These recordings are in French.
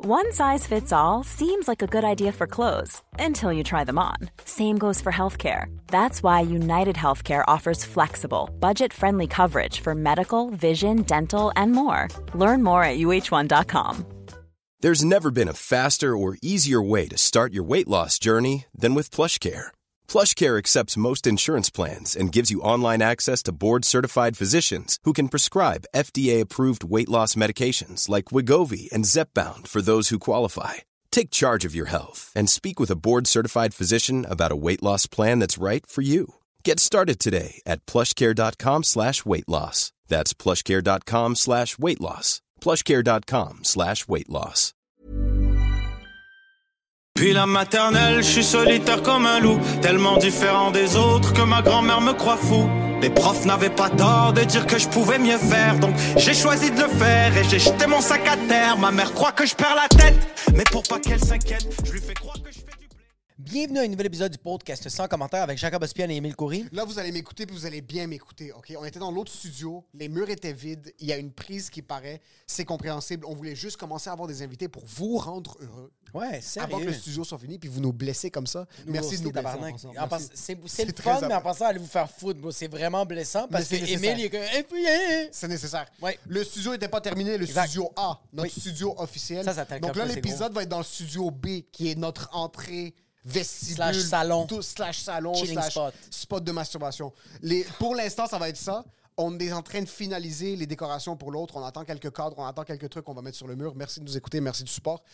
One size fits all seems like a good idea for clothes until you try them on. Same goes for healthcare. That's why United Healthcare offers flexible, budget-friendly coverage for medical, vision, dental, and more. Learn more at uh1.com. There's never been a faster or easier way to start your weight loss journey than with PlushCare. PlushCare accepts most insurance plans and gives you online access to board-certified physicians who can prescribe FDA-approved weight loss medications like Wegovy and Zepbound for those who qualify. Take charge of your health and speak with a board-certified physician about a weight loss plan that's right for you. Get started today at plushcare.com/weight loss. That's plushcare.com/weight loss. plushcare.com/weight loss. Puis la maternelle, je suis solitaire comme un loup, tellement différent des autres que ma grand-mère me croit fou. Les profs n'avaient pas tort de dire que je pouvais mieux faire, donc j'ai choisi de le faire et j'ai jeté mon sac à terre. Ma mère croit que je perds la tête, mais pour pas qu'elle s'inquiète, je lui fais croire que je fais du blé. Bienvenue à un nouvel épisode du podcast sans commentaire avec Jacob Ospian et Émile Coury. Là, vous allez m'écouter puis vous allez bien m'écouter, OK? On était dans l'autre studio, les murs étaient vides, il y a une prise qui paraît, c'est compréhensible. On voulait juste commencer à avoir des invités pour vous rendre heureux. Ouais, sérieux. Avant que le studio soit fini, puis vous nous blessez comme ça. Merci de nous blesser. C'est le fun, mais en passant, allez vous faire foutre, bro. C'est vraiment blessant parce que Émile, il est comme... C'est nécessaire. Ouais. Le studio n'était pas terminé, le studio A, notre studio officiel. Ça donc là, l'épisode va être dans le studio B, qui est notre entrée vestibule. /salon. /salon. Chilling spot de masturbation. Pour l'instant, ça va être ça. On est en train de finaliser les décorations pour l'autre. On attend quelques cadres, on attend quelques trucs qu'on va mettre sur le mur. Merci de nous écouter, merci du support.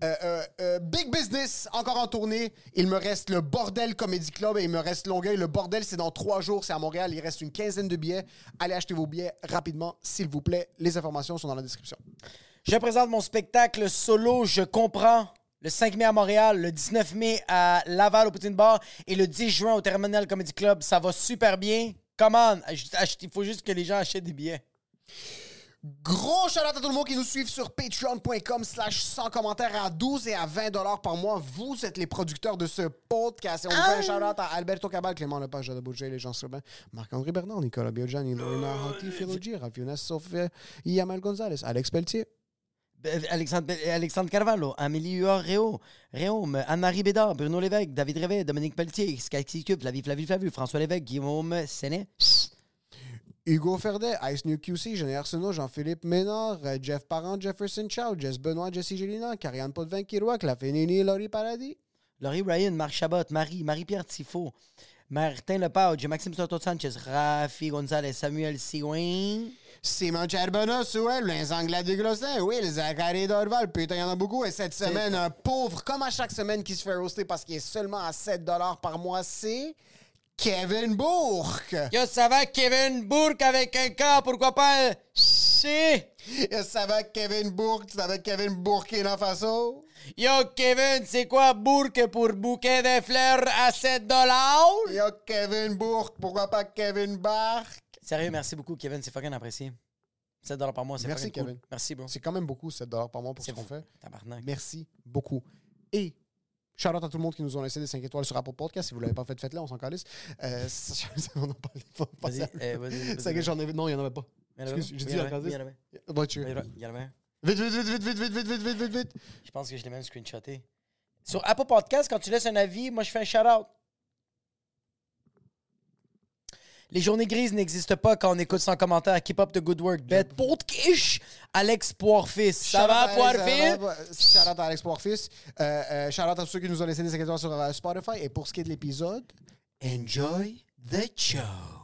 Big Business, encore en tournée. Il me reste le Bordel Comedy Club et il me reste Longueuil. Le Bordel, c'est dans 3 jours, c'est à Montréal. Il reste une 15aine de billets. Allez acheter vos billets rapidement, s'il vous plaît. Les informations sont dans la description. Je présente mon spectacle solo, Je comprends, le 5 mai à Montréal, le 19 mai à Laval au Poutine Bar et le 10 juin au Terminal Comedy Club. Ça va super bien. Come on, il faut juste que les gens achètent des billets. Gros shout-out à tout le monde qui nous suit sur patreon.com/sans commentaires à 12 et à 20 $ par mois. Vous êtes les producteurs de ce podcast. Et on vous fait un shout-out à Alberto Cabal, Clément Lepage, Jada Bourget, les gens Srbin, Marc-André Bernard, Nicolas Bioggiani, Lorena Hati, Philo G, Rafiunas Sofia, Yamal Gonzalez, Alex Pelletier. Alexandre Carvalho, Amélie Réaume, Anne-Marie Bédard, Bruno Lévesque, David Révet, Dominique Pelletier, Sky Cup, Flavie, François Lévesque, Guillaume Sénet, Hugo Ferdet, Ice New QC, Jean Arsenault, Jean-Philippe Ménard, Jeff Parent, Jefferson Chow, Jess Benoît, Jessie Gélina, Karianne Potvin, Kiroak, La Fénini, Laurie Paradis. Laurie Ryan, Marc Chabot, Marie-Pierre Tifo, Martin Lepage, Maxime Soto Sanchez, Rafi Gonzalez, Samuel Sigouin. Simon Charbonneau, Souel, les Anglais du Glossin, oui, les Zachary Dorval, putain, il y en a beaucoup. Et cette semaine, un pauvre, comme à chaque semaine, qui se fait roaster parce qu'il est seulement à 7 $ par mois, c'est Kevin Bourque. Yo, ça va, Kevin Bourque avec un K, pourquoi pas C? Yo, ça va, Kevin Bourque, tu savais Kevin Burkina Faso? Yo, Kevin, c'est quoi Bourque pour bouquet de fleurs à 7 $? Yo, Kevin Bourque, pourquoi pas Kevin Barque? Sérieux, merci beaucoup, Kevin. C'est fucking apprécié. 7 $ par mois, c'est merci, fucking Kevin. Cool. Merci, bon. C'est quand même beaucoup, 7 $ par mois pour ce qu'on fait. Tabarnak. Merci beaucoup. Et shout-out à tout le monde qui nous ont laissé des 5 étoiles sur Apple Podcast. Si vous ne l'avez pas fait, faites-le, on s'en calisse. On en parle. Vas-y. J'en avais... Non, il n'y en avait pas. Excuse, j'ai dit la case. Voiture. Il y en avait un. Vite. Je pense que je l'ai même screenshoté. Sur Apple Podcast, quand tu laisses un avis, moi, je fais un shout-out. Les journées grises n'existent pas quand on écoute sans commentaire. Keep up the good work. Bet Portkish, Alex Poirfils. Ça va, Poirfils? Shout-out à Alex Poirfils. Shout-out à tous ceux qui nous ont laissé des 5 étoiles sur Spotify. Et pour ce qui est de l'épisode, enjoy the show.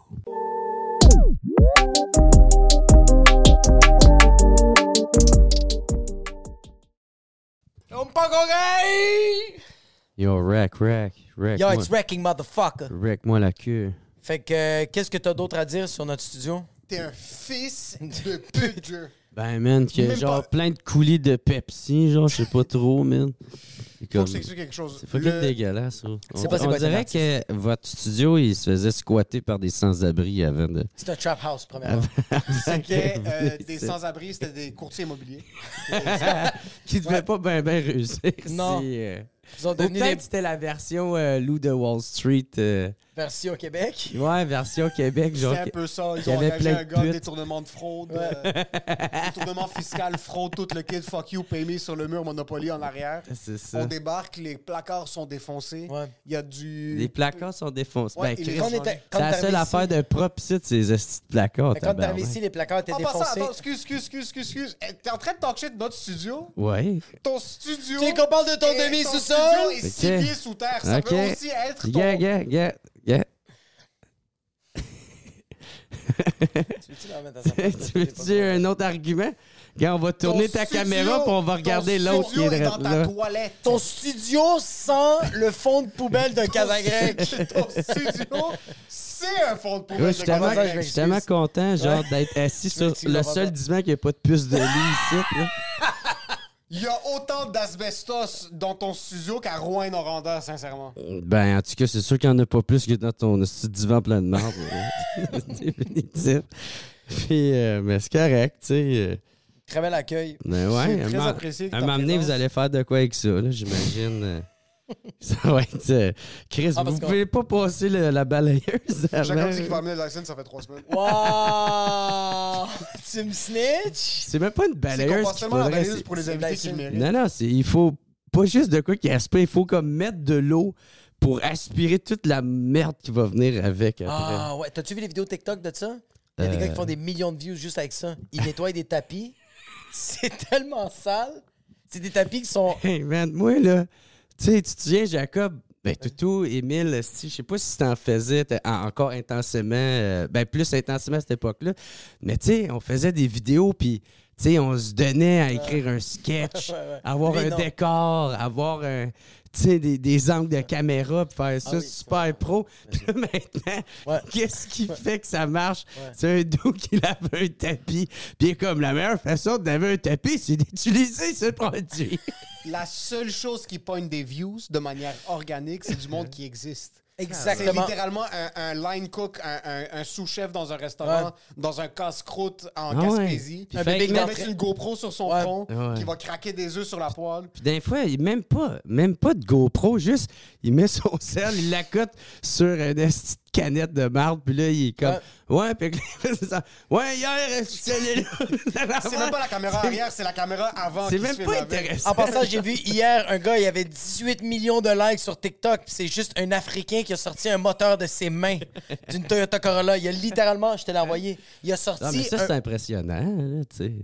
Yo, wreck. Yo, it's wrecking, motherfucker. Wreck-moi la queue. Fait que, qu'est-ce que t'as d'autre à dire sur notre studio? T'es un fils de pute. Ben, man, qu'il y a Même genre pas... plein de coulis de Pepsi, genre, je sais pas trop, man. Faut que je t'explique quelque chose. C'est fucking dégueulasse, ça. On quoi dirait que votre studio, il se faisait squatter par des sans-abri avant de... C'est un trap house, premièrement. C'était des sans-abri, c'était des courtiers immobiliers. Qui devaient pas bien réussir. Non. Ils ont Ou devenu peut-être des c'était la version Loup de Wall Street. versions au Québec. Ouais, version Québec. Genre, C'est un peu ça. Ils qu'il y ont avait engagé plein un de gars, putes. détournement de fraude, détournement fiscal, fraude, tout le kit, fuck you, pay me sur le mur Monopoly en arrière. c'est ça. On débarque, les placards sont défoncés. Ouais. Il y a du... Les placards sont défoncés. Ouais, Ben, il Chris, est- Quand c'est la seule affaire de propre site, c'est les estis de placards. Mais quand t'es arrivé tabarnak. ici, les placards étaient En passant, défoncés. attends, excuse. T'es en train de talk shit de notre studio? Ouais. Ton studio... Tu veux qu'on parle de ton ton demi-sous-sol? studio est 6 Ok. pieds sous terre. Ça Ok. peut aussi être ton... Yeah. Tu veux-tu la remettre à sa place? Tu veux-tu un autre argument? Quand on va tourner ta caméra puis on va regarder l'autre qui est est dans ta là. toilette. Ton studio sent le fond de poubelle d'un Casagrec. Ton studio, c'est un fond de poubelle. Ouais, de Casagrec. je suis tellement content genre d'être assis sur m'excuses, le on va seul pas. divan qui n'a pas de puce de lit ici. Là. Il y a autant d'asbestos dans ton studio qu'à Rouen-Noranda, sincèrement. Ben, en tout cas, c'est sûr qu'il n'y en a pas plus que dans ton petit divan plein de marde. C'est définitif. Puis, mais c'est correct, tu sais. Très bel accueil. Mais ouais, C'est très apprécié que un ta moment donné, présence. vous allez faire de quoi avec ça, là, j'imagine. Ça va être... Chris, Ah, parce vous qu'on- pouvez pas passer la balayeuse avant. Jacob dit qu'il va amener le license, ça fait 3 semaines. Wow! Tu me snitch? C'est même pas une C'est qu'on balayeuse passe qu'il tellement la faudrait... balayeuse pour les c'est invités Dyson. qui le méritent. Non, il faut pas juste de quoi qui aspire, il faut comme mettre de l'eau pour aspirer toute la merde qui va venir avec après. Ah ouais, t'as-tu vu les vidéos TikTok de ça? Il y a des gars qui font des millions de views juste avec ça. Ils nettoient des tapis. C'est tellement sale. C'est des tapis qui sont... Hey man, moi là, tu sais, tu te souviens, Jacob, ben Toutou, Émile, je sais pas si t'en faisais encore intensément, ben plus intensément à cette époque-là, mais tu sais, on faisait des vidéos, puis tu sais, on se donnait à écrire un sketch, Ouais, ouais. avoir Lui, un non. décor, avoir tu sais, des angles de caméra, puis faire ça oui, super pro. Puis là, maintenant, Ouais. qu'est-ce qui fait que ça marche? Ouais. C'est un dos qui lave un tapis. Puis comme la meilleure façon de laver un tapis, c'est d'utiliser ce produit. La seule chose qui pogne des views de manière organique, c'est du monde qui existe. C'est Exactement. littéralement un line cook, un sous-chef dans un restaurant, Ouais. dans un casse-croûte en Ah ouais. Gaspésie. Puis Un fait bébé Il que- va qui mettre une GoPro sur son Ouais. front, Ouais. qui va craquer des œufs sur la poêle. Puis des fois, il même pas de GoPro, juste il met son sel, il l'accote sur une petite canette de marde, puis là, il est comme ouais, puis c'est ça. Ouais, hier, je suis allé là. C'est même pas la caméra arrière, c'est la caméra avant. C'est qui se même filme pas avec. intéressant. En passant, j'ai vu hier un gars, il avait 18 millions de likes sur TikTok, puis c'est juste un Africain qui a sorti un moteur de ses mains d'une Toyota Corolla. Il a littéralement, je te l'ai envoyé, il a sorti Non, mais ça, un- c'est impressionnant, là, tu sais.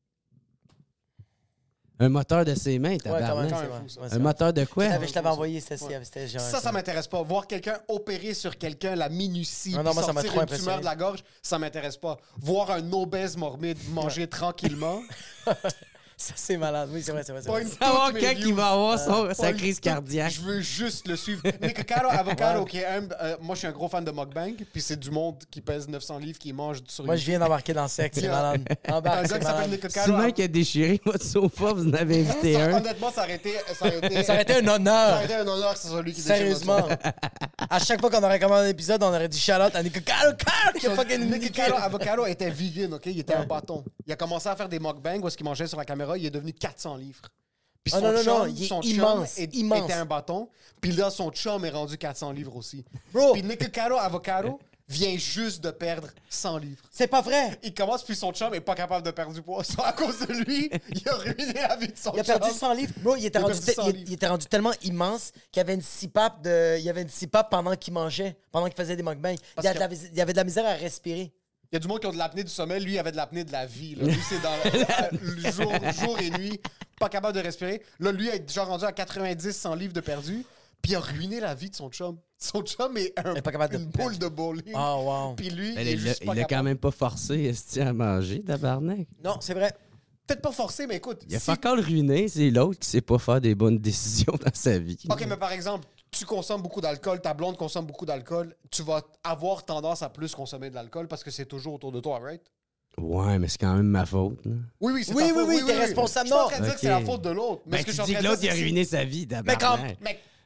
Un moteur de ses mains, Ouais, tabarnak. quand même, c'est c'est fou, vrai. ça. Ouais, Un c'est moteur de quoi? vrai. Je t'avais envoyé, c'était genre... Ça m'intéresse pas. Voir quelqu'un opérer sur quelqu'un, la minutie, Ah non, puis moi, ça m'a sortir trop une impressionné. tumeur de la gorge, ça m'intéresse pas. Voir un obèse morbide manger tranquillement, Ça, c'est malade. Oui, c'est vrai. pas une Savoir toutes mes quand views. il va avoir Pas sa une crise toute- cardiaque. Je veux juste le suivre. Nicocaro Avocado, qui est moi, je suis un gros fan de mukbang, puis c'est du monde qui pèse 900 livres qui mange sur Moi, je viens d'embarquer dans le secte, c'est malade. Un Embarque, gars c'est qui s'appelle malade. Nicocaro. C'est le mec qui a déchiré votre sofa, vous en avez invité un. Honnêtement, ça aurait été Ça aurait été un ça aurait honneur. été un honneur que ce soit lui qui déchire notre Sérieusement. À chaque fois qu'on aurait commandé un épisode, on aurait dit shout-out à Nico Caro qui a fucking Nicky niqué. Caro Avocado était vegan, OK? Il était un bâton. Il a commencé à faire des mukbangs où est-ce qu'il mangeait sur la caméra. Il est devenu 400 livres. Puis Ah son non, chum, il est son immense, chum immense. était un bâton. Puis là, son chum est rendu 400 livres aussi. Bro. Puis Nicky Caro Avocado vient juste de perdre 100 livres. C'est pas vrai. Il commence, puis son chum est pas capable de perdre du poids. C'est à cause de lui, il a ruiné la vie de son Il a chum. perdu 100 livres. Bro, il était, Il a rendu, perdu 100 livres. il était rendu tellement immense qu'il y avait une CPAP pendant qu'il mangeait, pendant qu'il faisait des mukbangs. Il y avait de la misère à respirer. Il y a du monde qui ont de l'apnée du sommeil. Lui, il avait de l'apnée de la vie. Là. Lui, c'est dans le jour et nuit, pas capable de respirer. Là, lui, il est déjà rendu à 90-100 livres de perdu. Puis il a ruiné la vie de son chum. Son chum est Il est pas capable de une boule de bowling. Oh, wow. Puis lui, Mais il est juste il pas l'a quand capable. même pas forcé esti, à manger, tabarnak. Non, c'est vrai. Peut-être pas forcé, mais écoute. Il a si- fait encore le ruiner, c'est l'autre qui sait pas faire des bonnes décisions dans sa vie. OK, mais par exemple, tu consommes beaucoup d'alcool, ta blonde consomme beaucoup d'alcool, tu vas avoir tendance à plus consommer de l'alcool parce que c'est toujours autour de toi, right? Ouais, mais c'est quand même ma faute. Là. Oui, c'est Oui, ta faute. t'es responsable. Je suis pas en Non. train de dire que c'est Ok. la faute de l'autre. Mais Ben, ce que tu je suis dis en que train de l'autre, il a dire, ruiné sa vie, Mais quand... tabarnak. Mais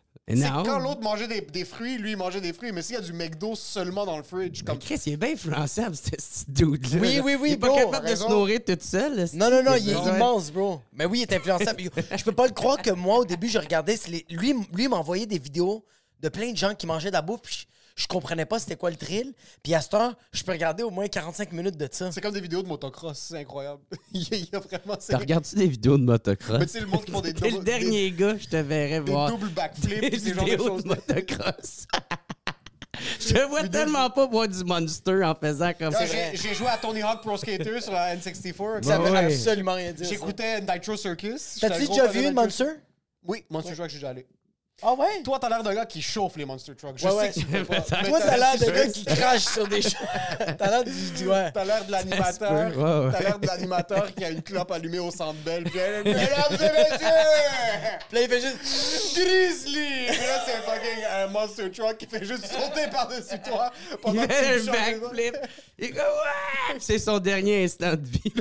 C'est Non. quand l'autre mangeait des fruits, lui, il mangeait des fruits. Mais s'il y a du McDo seulement dans le fridge, comme... Mais Chris, il est bien influençable, ce dude-là. Oui, oui, oui, Il est pas bro, capable de raison. se nourrir tout seul. Non, il est immense, bro. Mais oui, il est influençable. Je peux pas le croire que moi, au début, je regardais... Lui, il m'envoyait des vidéos de plein de gens qui mangeaient de la bouffe, puis je comprenais pas c'était quoi le thrill. Puis à cette heure, je peux regarder au moins 45 minutes de ça. C'est comme des vidéos de motocross, c'est incroyable. Il y a vraiment... T'as regardé-tu des vidéos de motocross? Mais tu sais, le monde qui font des T'es le dernier gars, je te verrais des voir. doubles backflips, Des pis ces genres de vidéos choses. de motocross. Je te vois tellement pas boire du Monster en faisant comme ça. J'ai joué à Tony Hawk Pro Skater sur la N64. Ça veut ouais. absolument rien dire. ça. J'écoutais Nitro Circus. T'as-tu déjà vu une Monster? Oui, Monster Truck, j'ai déjà allé. Ah ouais? Toi, t'as l'air d'un gars qui chauffe les Monster Trucks. Je Ouais, sais que tu le fais pas. mais Toi, t'as l'air de c'est gars sûr. qui crache sur des choses. T'as l'air du... Ouais. T'as l'air de l'animateur. Ça se peut, ouais. T'as l'air de l'animateur qui a une clope allumée au centre belle. Puis elle, mesdames et messieurs! Puis là, il fait juste... Grizzly! Puis là, c'est fucking un Monster Truck qui fait juste sauter par-dessus toi pendant Il que fait tu un changes les backflip. Il est comme, ouais! C'est son dernier instant de vie.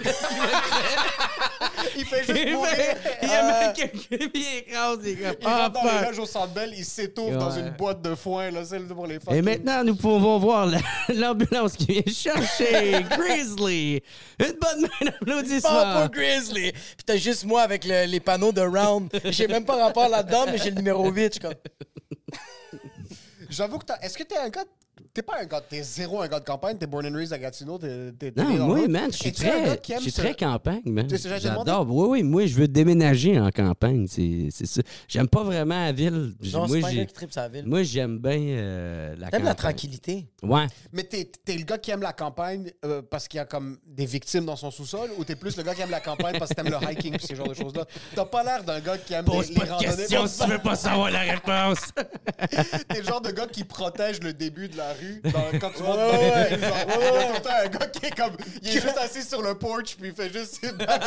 Il fait juste Il mourir. y a même quelqu'un qui écrase. Il est comme, Il rentre dans les fuck. loges au centre belle, il s'étouffe dans Ouais. une boîte de foin, là, celle pour les Et fucking... maintenant, nous pouvons voir l'ambulance qui vient chercher Grizzly. Une bonne main Pas d'applaudissement. pour Grizzly. Puis t'as juste moi avec les panneaux de round. J'ai même pas rapport là-dedans, mais j'ai le numéro 8. Je suis comme... J'avoue que est-ce que t'es un gars... T'es pas un gars... T'es zéro un gars de campagne, t'es born and raised à Gatineau, t'es Non, né dans moi, le- man, je suis Es-tu un gars très, qui aime je suis ce- très campagne, man. Tu sais ce que j'allais te J'adore. Oui, moi, je veux déménager en campagne. C'est ça. J'aime pas vraiment la ville. Non, moi, c'est pas un gars qui tripe sa ville. moi, j'aime bien la T'aimes la campagne. tranquillité. Ouais. Mais t'es le gars qui aime la campagne parce qu'il y a comme des victimes dans son sous-sol, ou t'es plus le gars qui aime la campagne parce que t'aimes le hiking pis ces genres de choses-là? T'as pas l'air d'un gars qui aime Pose les pas de randonnées. questions si tu veux pas savoir la réponse. T'es le genre de gars qui protège le début de la rue quand tu montes Ouais, dans les ouais. villes, genre, il y a tout le temps un gars qui est comme... Il est juste assis sur le porch puis il fait juste...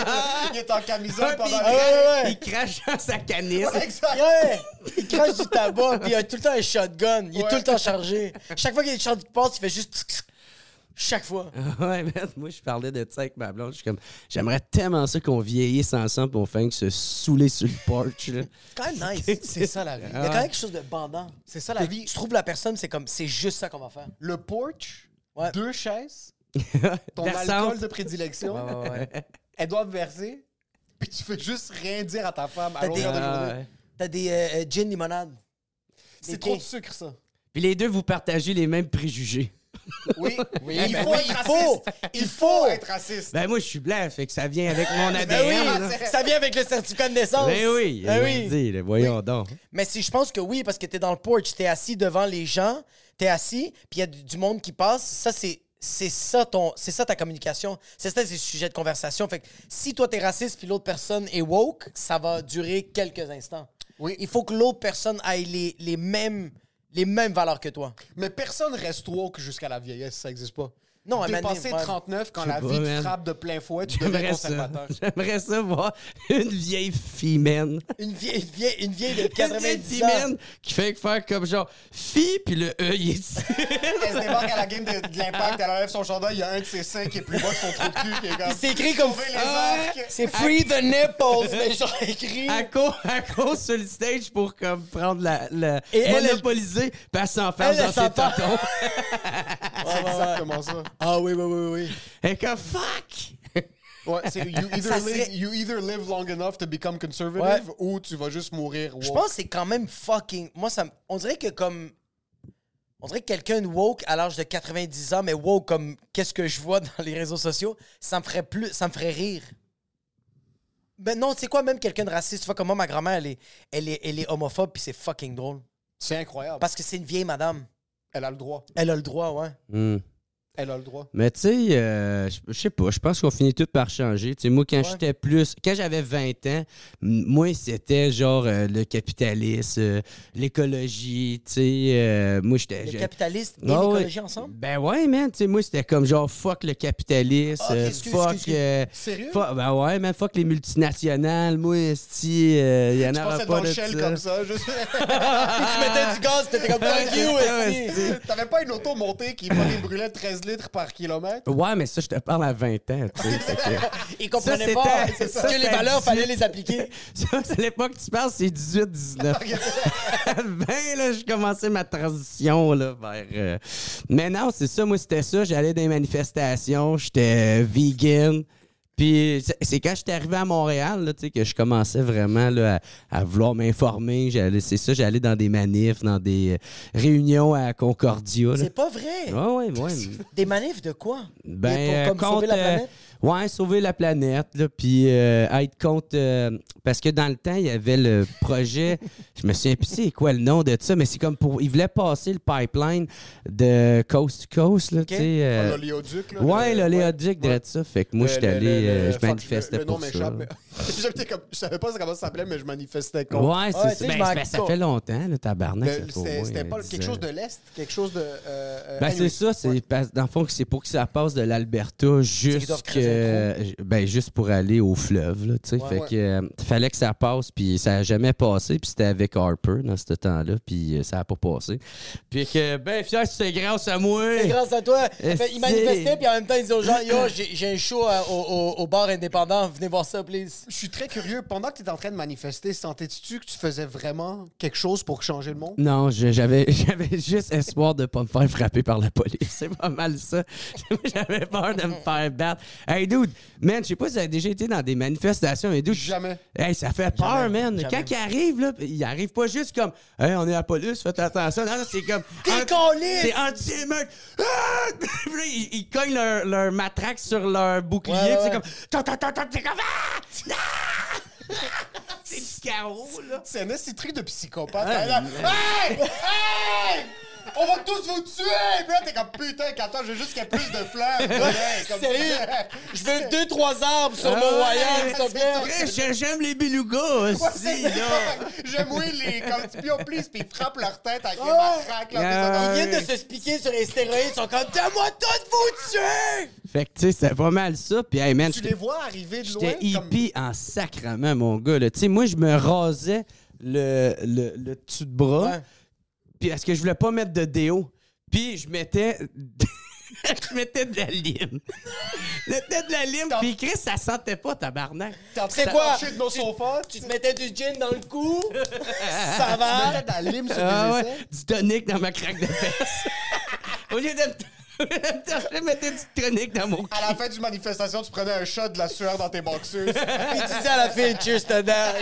il est en camisole pendant... ouais. Il crache dans sa canisse. Ouais, exact. Ouais! Il crache du tabac, puis il a tout le temps un shotgun. Il est Ouais. tout le temps chargé. Chaque fois qu'il y a des choses qui passent, il fait juste... Chaque fois. Ouais, man, moi, je parlais de ça avec ma blonde. Je suis comme, j'aimerais tellement ça qu'on vieillisse ensemble pour faire que se saouler sur le porch. Là. Quand même nice. C'est ça la vie. Il y a quand même quelque chose de bandant. C'est ça la vie. Tu trouves la personne, c'est comme, c'est juste ça qu'on va faire. Le porch, Ouais. 2 chaises, ton Versante. alcool de prédilection, Ouais. elles doivent verser, puis tu fais juste rien dire à ta femme à T'as longueur de Ah, journée. ouais. T'as des gin limonade. C'est Des trop de thés. sucre, ça. Puis les deux, vous partagez les mêmes préjugés. Oui, Oui, il ben faut oui, être il raciste. faut. Il faut être raciste. Ben moi, je suis blanc, fait que ça vient avec mon ADN. Ben oui, là. ça vient avec le certificat de naissance. Ben oui, Ben je oui. dis, là, voyons donc. Mais si je pense que oui, parce que t'es dans le porch, t'es assis devant les gens, t'es assis, puis il y a du monde qui passe. Ça, c'est ça ta communication. C'est ça tes sujets de conversation. Fait que si toi t'es raciste puis l'autre personne est woke, ça va durer quelques instants. Oui. Il faut que l'autre personne ait les mêmes valeurs que toi. Mais personne reste woke jusqu'à la vieillesse, ça n'existe pas. Non, à un moment donné, Dépasser ouais. 39, quand Je sais la pas, vie te man. frappe de plein fouet, tu deviens J'aimerais ça. conservateur. J'aimerais ça voir une vieille fille-mène. Une vieille de Une vieille 90 ans. fille-mène qui fait faire comme genre fille, puis le E, il est ici. Elle se débarque à la game de l'Impact, elle enlève son chandail, il y a un de ses seins qui est plus bas que son trou de cul, qui est comme... Puis c'est écrit comme... Sauver les Ah, arcs. C'est free the nipples, mais genre écrit... Elle court sur le stage pour comme prendre la Et elle, monopoliser, puis elle s'enferme elle dans ses s'enferme. tatons. C'est exactement ça. Ah oui. Elle est comme fuck! Ouais, c'est Ça serait- you either live long enough to become conservative ou tu vas juste mourir woke. Je pense que c'est quand même fucking... Moi, on dirait que comme... On dirait que quelqu'un de woke à l'âge de 90 ans, mais woke comme qu'est-ce que je vois dans les réseaux sociaux, ça me ferait rire. Ben non, tu sais quoi, même quelqu'un de raciste, tu vois, comme moi, ma grand-mère, elle est homophobe, puis c'est fucking drôle. C'est incroyable. Parce que c'est une vieille madame. Elle a le droit. Elle a le droit, ouais. Elle a le droit. Mais tu sais, je sais pas, je pense qu'on finit tout par changer. Tu sais, moi, quand quand j'avais 20 ans, moi, c'était genre le capitalisme, l'écologie, tu sais. Moi, j'étais... Le capitaliste et Ah ouais. l'écologie ensemble? Ben ouais, man, tu sais, moi, c'était comme genre fuck le capitalisme, Ah, ok, excuse. Sérieux? Ben ouais, man, fuck les multinationales, moi, esti, y en Tu a passais pas dans de le shell ça. comme ça. Juste... Puis tu mettais du gaz, puis t'étais comme fuck you, Ouais, esti. T'avais pas une auto montée qui fucking brûlait 13 16 litres par kilomètre. Ouais, mais ça, je te parle à 20 ans, tu sais. Ils comprenaient Ça, pas c'était- ça, que les c'était valeurs, 18. fallait les appliquer. Ça, c'est l'époque que tu parles, c'est 18-19. À 20, là, je commençais ma transition là, vers... Mais non, c'est ça, moi, c'était ça. J'allais dans les manifestations, j'étais vegan. Puis c'est quand j'étais arrivé à Montréal là, tu sais, que je commençais vraiment là, à vouloir m'informer. J'allais dans des manifs, dans des réunions à Concordia. Là. C'est pas vrai. Ouais. Des manifs de quoi? Ben, Pour, comme sauver la planète? Ouais, sauver la planète, là, puis être contre... parce que dans le temps, il y avait le projet... je me souviens plus c'est quoi le nom de ça, mais c'est comme pour... Ils voulaient passer le pipeline de Coast to Coast, là, tu sais... L'oléoduc, là. ouais, l'oléoduc, ouais. de ça. Fait que moi, j'étais allé... je manifestais le nom pour ça. m'échappe, mais- je savais pas comment ça s'appelait, mais je manifestais contre. Ouais, Ouais, c'est tu sais, ça. je Ben, m'en- ça fait longtemps, le tabarnak. Mais ça fait au moins C'était pas 10 quelque ans. chose de l'Est? Quelque chose de... Ben, anyway. c'est ça, c'est Ouais. dans le fond que c'est pour que ça passe de l'Alberta qu'ils doivent juste pour aller au fleuve là, tu sais, Ouais, fait ouais. que fallait que ça passe puis ça a jamais passé puis c'était avec Harper dans ce temps-là puis ça a pas passé. Puis que ben fier c'est grâce à moi. C'est grâce à toi. Fait, ils Esti. manifestaient, puis en même temps, ils disaient aux gens, yo, j'ai un show au bar indépendant, venez voir ça, please. Je suis très curieux. Pendant que tu étais en train de manifester, sentais-tu que tu faisais vraiment quelque chose pour changer le monde? Non, j'avais juste espoir de pas me faire frapper par la police. C'est pas mal ça. J'avais peur de me faire battre. Hey, dude, man, je sais pas si vous avez déjà été dans des manifestations, mais dude... Jamais. Hey, ça fait peur, man. jamais. Quand ils arrivent, là, ils arrivent pas juste comme hey, on est à la police, faites attention. Non, c'est comme. Décolliste! C'est anti-émeute. Ah! Puis là, ils cognent leur matraque sur leur bouclier. Ouais, puis c'est ouais. comme. C'est comme. Ah! Ah! C'est du carreau, là. C'est un esti truc de psychopathe. Ouais, Là, mais- hey! Hey! On va tous vous tuer! Puis là, t'es comme putain, attends, je veux juste qu'il y ait plus de fleurs. Ouais, comme- Sérieux? Je veux 2-3 arbres sur mon royal, s'il te plaît. J'aime les belugas Ouais, aussi, c'est- là. J'aime oui les comme pion please puis ils frappent leur tête avec les Ouais. matraques là. Ah, Ils viennent de se spiquer sur les stéroïdes, ils sont comme, donne-moi tout vous tuer! Fait que, tu sais, c'était pas mal ça. Puis, hey, man, Tu les vois arriver de loin. j'étais hippie en sacrament, mon gars. là. Tu sais, moi, je me rasais le dessus de bras. Ouais. Puis parce que je voulais pas mettre de déo. Puis je mettais... je mettais de la lime. Je mettais de la lime. Puis Chris, ça sentait pas, tabarnak. T'es en train C'est de quoi? marcher de nos sofas. Tu te mettais du gin dans le cou, ça Tu va. mettais de la lime sur Ah tes ouais, aisselles. du tonic dans ma craque de fesses. Au lieu de je mettais du tonic dans mon cul. À la fin d'une manifestation, tu prenais un shot de la sueur dans tes boxers. Puis tu dis à la fille, cheers to that.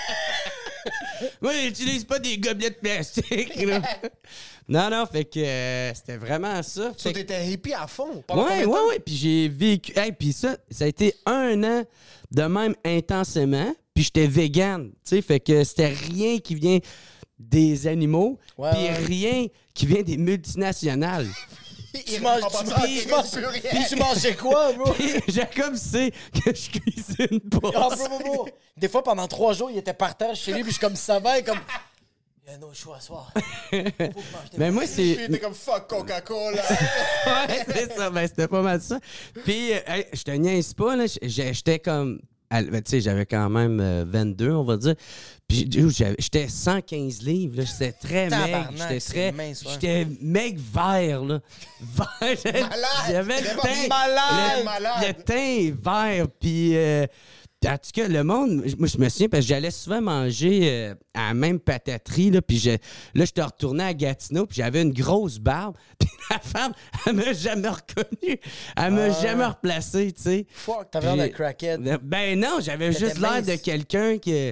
Moi, j'utilise pas des gobelets de plastique. Là. Non, fait que c'était vraiment ça. Tu Fait que- t'étais hippie à fond. Pendant combien Ouais, de temps? ouais. Puis j'ai vécu. Hey, puis ça a été 1 an de même intensément. Puis j'étais vegan. Tu sais, fait que c'était rien qui vient des animaux. Ouais, Puis ouais. rien qui vient des multinationales. Tu manges, puis tu mangeais quoi, bro? Puis Jacob sait que je cuisine pas. Ah, bro. Des fois, pendant 3 jours, il était par terre chez lui, puis je suis comme ça va, et comme. Il y a un autre choix à soir. Faut que je mange des Mais moi, Puis c'est. t'es comme fuck Coca-Cola. Ouais, c'est ça. Ben, c'était pas mal ça. Puis, hey, je te niaise pas, là. J'étais comme. Ben, tu sais, j'avais quand même 22, on va dire. Puis, dude, j'étais 115 livres, là. J'étais très maigre. Tabarnak, J'étais c'est très. mince, ouais. J'étais maigre vert, là. Vert. J'avais le Vraiment teint. malade, le, malade. le teint vert. Puis. En tout cas, le monde, moi, je me souviens parce que j'allais souvent manger à la même pataterie, là, puis là, j'étais retourné à Gatineau, puis j'avais une grosse barbe, puis la femme, elle m'a jamais reconnu. Elle m'a jamais replacé, tu sais. Fuck, t'avais l'air Puis- de crackhead. Ben non, j'avais T'étais juste l'air mince. de quelqu'un qui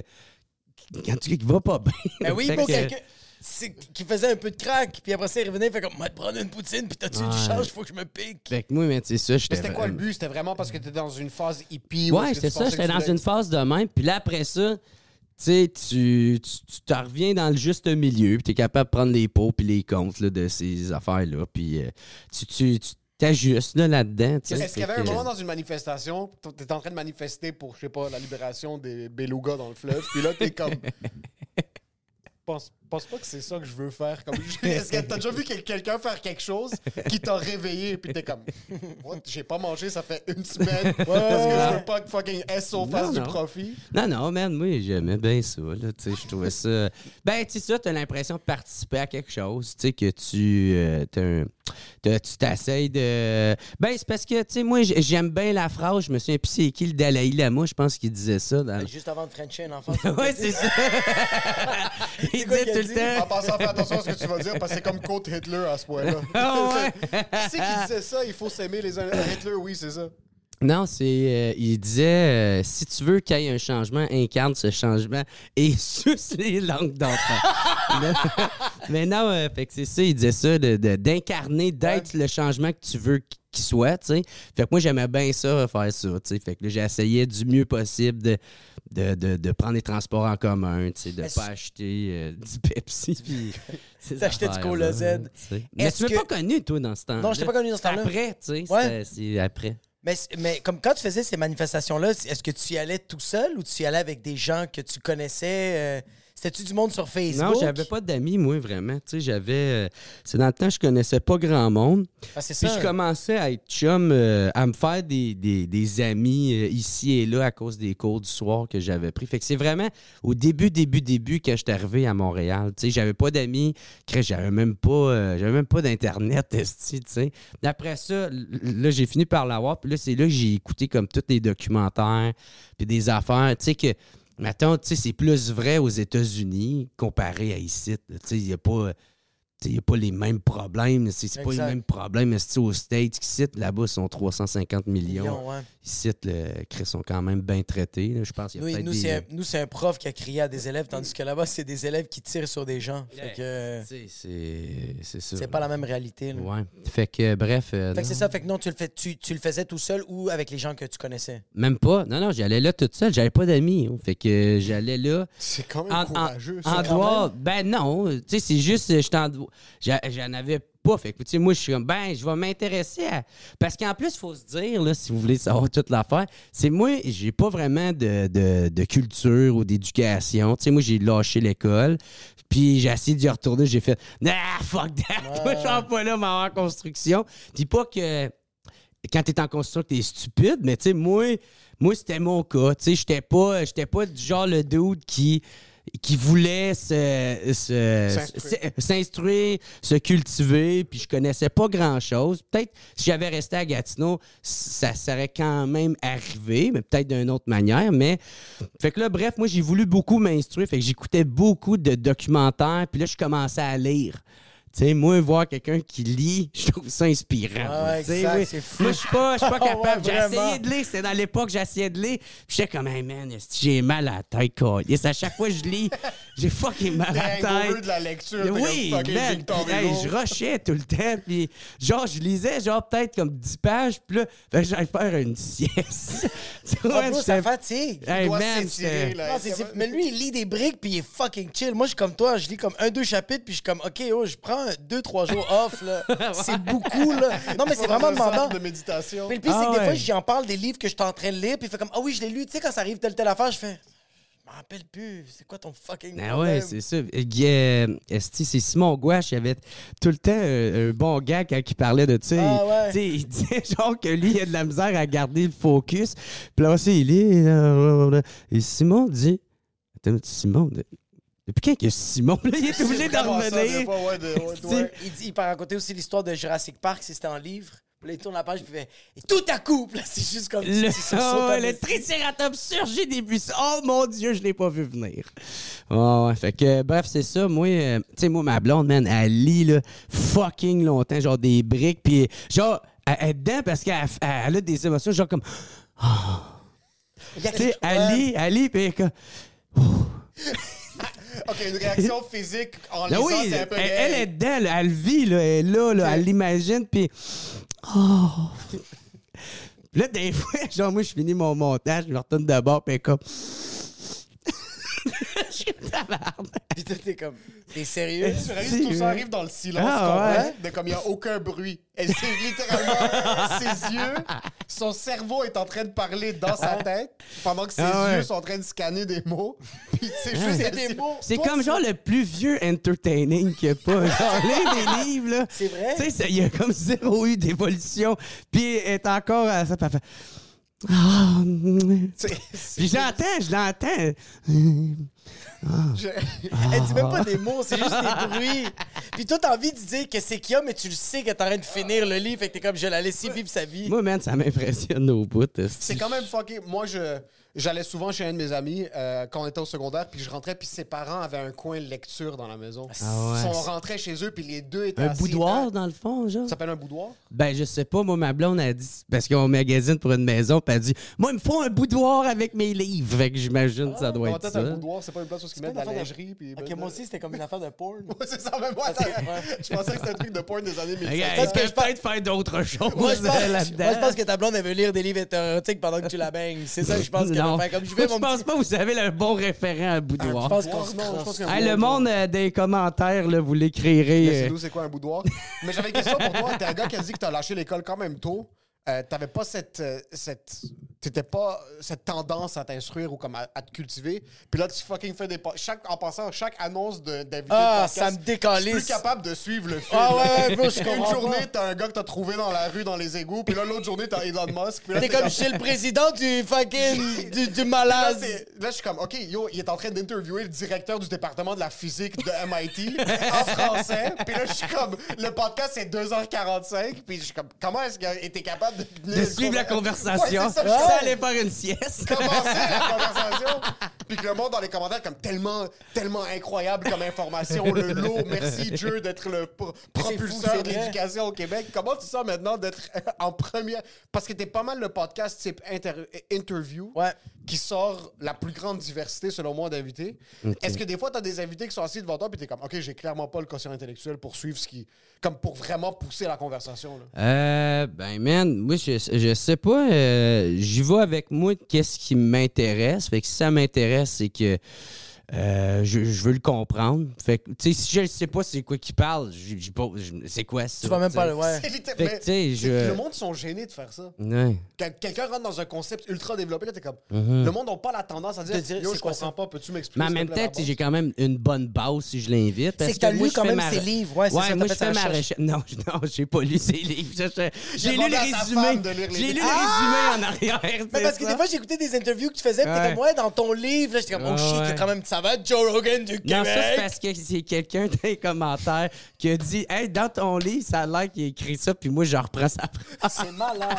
va pas bien. Ben oui, Fait pour que- quelqu'un qui faisait un peu de crack, puis après ça, il revenait, il fait comme, moi, te prendre une poutine, puis t'as-tu du Ouais. change, faut que je me pique. Fait que moi, mais c'est ça, j'étais Mais c'était quoi le vraiment- but? C'était vraiment parce que t'étais dans une phase hippie? ou est-ce Ouais, que c'est tu ça. pensais J'étais que tu dans voulais- une phase de même. Puis là, après ça, tu sais, tu t'en reviens dans le juste milieu. Puis t'es capable de prendre les pots puis les comptes là, de ces affaires-là. Puis tu t'ajustes là, là-dedans. tu sais. Est-ce qu'il y avait Fait un que- moment dans une manifestation, t'étais en train de manifester pour, je sais pas, la libération des belugas dans le fleuve, puis là, t'es comme... pense pas que c'est ça que je veux faire. Est-ce que t'as déjà vu quelqu'un faire quelque chose qui t'a réveillé puis t'es comme what? J'ai pas mangé, ça fait une semaine parce que je veux pas que fucking SO fasse du profit. Non, man, moi, j'aimais bien ça, là, tu sais, je trouvais ça... Ben, tu sais, ça, t'as l'impression de participer à quelque chose, tu sais, que tu t'essayes de... Ben, c'est parce que, tu sais, moi, j'aime bien la phrase, je me souviens plus c'est qui, le Dalai Lama, je pense qu'il disait ça. Juste avant de Frencher un enfant. Ouais, c'est ça. Il disait tout le temps... En passant, fais attention à ce que tu vas dire parce que c'est comme contre Hitler à ce point-là. Qui c'est qui disait ça? Il faut s'aimer les uns. Hitler, oui, c'est ça. Non, c'est... il disait, si tu veux qu'il y ait un changement, incarne ce changement et suce les langues d'enfant. mais non, fait que c'est ça, il disait ça, d'incarner, d'être le changement que tu veux qu'il soit, tu sais. Fait que moi, j'aimais bien ça, faire ça, tu sais. Fait que là, j'essayais du mieux possible de prendre les transports en commun, tu sais, de pas acheter du Pepsi. T'achetais du Cola Z. Mais tu m'as pas connu, toi, dans ce temps-là. Non, je t'ai pas connu dans ce temps-là. Après, tu sais, c'est après. Mais comme quand tu faisais ces manifestations-là, est-ce que tu y allais tout seul ou tu y allais avec des gens que tu connaissais? C'était-tu du monde sur Facebook? Non, j'avais pas d'amis, moi, vraiment. Tu sais, j'avais... c'est dans le temps, je connaissais pas grand monde. Ah, c'est Puis ça. je commençais à être chum, à me faire des amis ici et là à cause des cours du soir que j'avais pris. Fait que c'est vraiment au début, quand j'étais arrivé à Montréal. Tu sais, j'avais pas d'amis. J'avais même pas d'Internet, tu sais. Après ça, là, j'ai fini par l'avoir. Puis là, c'est là que j'ai écouté comme tous les documentaires puis des affaires. Tu sais que... Mettons, tu sais, c'est plus vrai aux États-Unis comparé à ici. Tu sais, il n'y a pas les mêmes problèmes. C'est pas les mêmes problèmes aux States qu'ici. Là-bas, ils sont 350 millions. Ouais. Ici, ils sont quand même bien traités. Là. Je pense qu'il y a nous, c'est un prof qui a crié à des élèves, tandis que là-bas, c'est des élèves qui tirent sur des gens. Fait que... C'est ça. C'est pas la même réalité. Là. Ouais. Fait que, bref... Fait que c'est ça. Fait que non, tu le faisais tout seul ou avec les gens que tu connaissais? Même pas. Non, j'allais là toute seule. J'avais pas d'amis. Fait que j'allais là... C'est quand même courageux, ça. En dehors... Ben non. Tu sais, c'est juste... J'en avais pas. Fait que, tu sais, moi, je suis comme, je vais m'intéresser à... Parce qu'en plus, il faut se dire, là, si vous voulez savoir toute l'affaire, c'est moi, j'ai pas vraiment de culture ou d'éducation. Tu sais, moi, j'ai lâché l'école. Puis j'ai essayé d'y retourner. J'ai fait, fuck that. Moi, je suis pas là, ma en construction. Puis pas que... Quand t'es en construction, t'es stupide, mais tu sais, moi, c'était mon cas. Tu sais, j'étais pas du genre le dude qui voulait s'instruire, se cultiver, puis je connaissais pas grand-chose. Peut-être, si j'avais resté à Gatineau, ça serait quand même arrivé, mais peut-être d'une autre manière. Mais, fait que là, bref, moi, j'ai voulu beaucoup m'instruire. Fait que j'écoutais beaucoup de documentaires, puis là, je commençais à lire. Tu sais, moi, voir quelqu'un qui lit, je trouve ça inspirant. Ah, exact, c'est fou. Moi, je suis pas capable. J'ai vraiment. essayé de lire. C'était dans l'époque, j'essayais de lire. Puis j'étais comme, hey man, j'ai mal à la tête, quoi. À chaque fois que je lis, j'ai fucking mal à la tête. De la lecture. Oui, man. Je rushais tout le temps. Puis genre, je lisais genre peut-être comme 10 pages. Puis là, j'allais faire une sieste. Ça fatigue. Hey, man, mais lui, il lit des briques puis il est fucking chill. Moi, je suis comme toi. Je lis comme 1-2 chapitres puis je suis comme, OK, je prends 2-3 jours off, là. C'est beaucoup, là. Non, mais c'est vraiment demandant. De méditation. Mais le pire, c'est que des fois, j'en parle des livres que je suis en train de lire, puis il fait comme, oui, je l'ai lu. Tu sais, quand ça arrive telle affaire, je fais, je m'en rappelle plus. C'est quoi ton fucking problème? Ouais, c'est ça. C'est Simon Gouache, il avait tout le temps un bon gars quand il parlait de, tu sais, il disait genre que lui, il a de la misère à garder le focus. Puis là aussi, il est... Et Simon dit... Attends, Simon... Depuis quand que Simon, là, il est obligé d'en revenir? Il part raconter aussi l'histoire de Jurassic Park, si c'était en livre. Puis là, il tourne la page, puis il fait « Et tout à coup! » Là, c'est juste comme... Le Triceratops surgit des buissons. Oh mon Dieu, je l'ai pas vu venir. Oh, ouais, fait que, bref, c'est ça. Moi, tu sais, ma blonde, man, elle lit, là, fucking longtemps, genre des briques, puis genre, elle est dedans parce qu'elle a des émotions, genre comme... Tu sais, elle lit, puis comme... OK, une réaction physique en lisant, c'est un peu... Elle est dedans, là, elle vit, là, elle est là, elle l'imagine, puis... Là, des fois, genre, moi, je finis mon montage, je me retourne de bord, puis comme... Je suis tabarnak. Puis toi, t'es comme, t'es sérieux? Tu réalises, tout ça arrive dans le silence, de comme il n'y a aucun bruit. Et c'est littéralement ses yeux, son cerveau est en train de parler dans sa tête, pendant que ses yeux sont en train de scanner des mots. Puis c'est juste des mots. C'est comme genre le plus vieux entertaining qu'il n'y a pas. Genre, lire des livres, là. C'est vrai? Tu sais, il y a comme 0 eu d'évolution. Puis elle est encore à ça. Ah, puis je l'entends. Elle dit même pas des mots, c'est juste des bruits. Puis toi, t'as envie de dire que c'est qu'il y a, mais tu le sais que t'es en train de finir le livre, fait que t'es comme, je vais la laisser vivre sa vie. Moi, man, ça m'impressionne au bout. C'est quand même fucké. Moi, j'allais souvent chez un de mes amis quand on était au secondaire, puis je rentrais, puis ses parents avaient un coin lecture dans la maison. On rentrait chez eux, puis les deux étaient un assis. boudoir, dans le fond, genre? Ça s'appelle un boudoir? Ben, je sais pas. Moi, ma blonde a dit... Parce qu'on magasine pour une maison, puis elle a dit, moi, il me faut un boudoir avec mes livres. Fait que j'imagine que ça doit être ça. Un boudoir, c'est pas une place où ils mettent de la lingerie. Puis Ok, moi aussi, c'était comme une affaire de porn. Ouais, c'est ça, même moi. Je pensais que c'était un truc de porn des années 1000. Parce que peut-être faire d'autres choses Moi, je là-dedans. pense que ta blonde, elle veut lire des livres érotiques pendant que tu la baignes. C'est ça que je pense qu'elle va faire. Comme je vais, je pense pas que vous avez le bon référent à boudoir. Je pense qu'on se crosse. Le monde des commentaires, là, vous l'écrirez. C'est quoi un boudoir? Mais j'avais une question pour toi. T'es un gars qui a dit que t'as lâché l'école quand même tôt. T'avais pas t'étais pas cette tendance à t'instruire ou comme à te cultiver. Puis là, tu fucking fais des... En passant, chaque annonce d'invité de podcast, ça me décalisse. Je suis plus capable de suivre le film. Ah ouais, bro, je comprends. Une journée, t'as un gars que t'as trouvé dans la rue, dans les égouts. Puis là, l'autre journée, t'as Elon Musk. Puis là, t'es comme chez le président du fucking... du malade. Là, je suis comme, OK, yo, il est en train d'interviewer le directeur du département de la physique de MIT en français. Puis là, je suis comme, le podcast, c'est 2h45. Puis je suis comme, comment est-ce qu'il a été capable de suivre la conversation? Ouais, ça allait faire une sieste. Commencer la conversation. Puis que le monde dans les commentaires, comme tellement incroyable comme information. Le lot, merci Dieu d'être le propulseur de l'éducation au Québec. Comment tu sens maintenant d'être en première? Parce que t'es pas mal le podcast type interview qui sort la plus grande diversité, selon moi, d'invités. Okay. Est-ce que des fois, t'as des invités qui sont assis devant toi puis t'es comme, OK, j'ai clairement pas le quotient intellectuel pour suivre ce qui... Comme pour vraiment pousser la conversation, là. Ben, man, moi, je sais pas. J'y vais avec moi qu'est-ce qui m'intéresse. Fait que si ça m'intéresse, c'est que je veux le comprendre. Fait que, tu sais, si je ne sais pas c'est quoi qu'il parle, c'est quoi ça? Tu vas même pas le... Ouais. Le monde sont gênés de faire ça. Ouais. Quand quelqu'un rentre dans un concept ultra développé, là, t'es comme... Le monde n'a pas la tendance à dire, yo, je comprends pas, peux-tu m'expliquer? Mais en même temps, j'ai quand même une bonne base si je l'invite. C'est que t'as lu quand même ses livres. Ouais, c'est ça, moi, je fais ma recherche. Non, j'ai pas lu ses livres. J'ai lu le résumé. J'ai lu le résumé en arrière. Mais parce que des fois, j'écoutais des interviews que tu faisais, pis t'es comme, dans ton livre, là, j'étais comme, oh shit, quand même, ça va être Joe Rogan du Québec. Non, ça, c'est parce que c'est quelqu'un dans les commentaires qui a dit, hey, dans ton livre, ça a l'air qu'il a écrit ça, puis moi, je reprends sa phrase. C'est malade.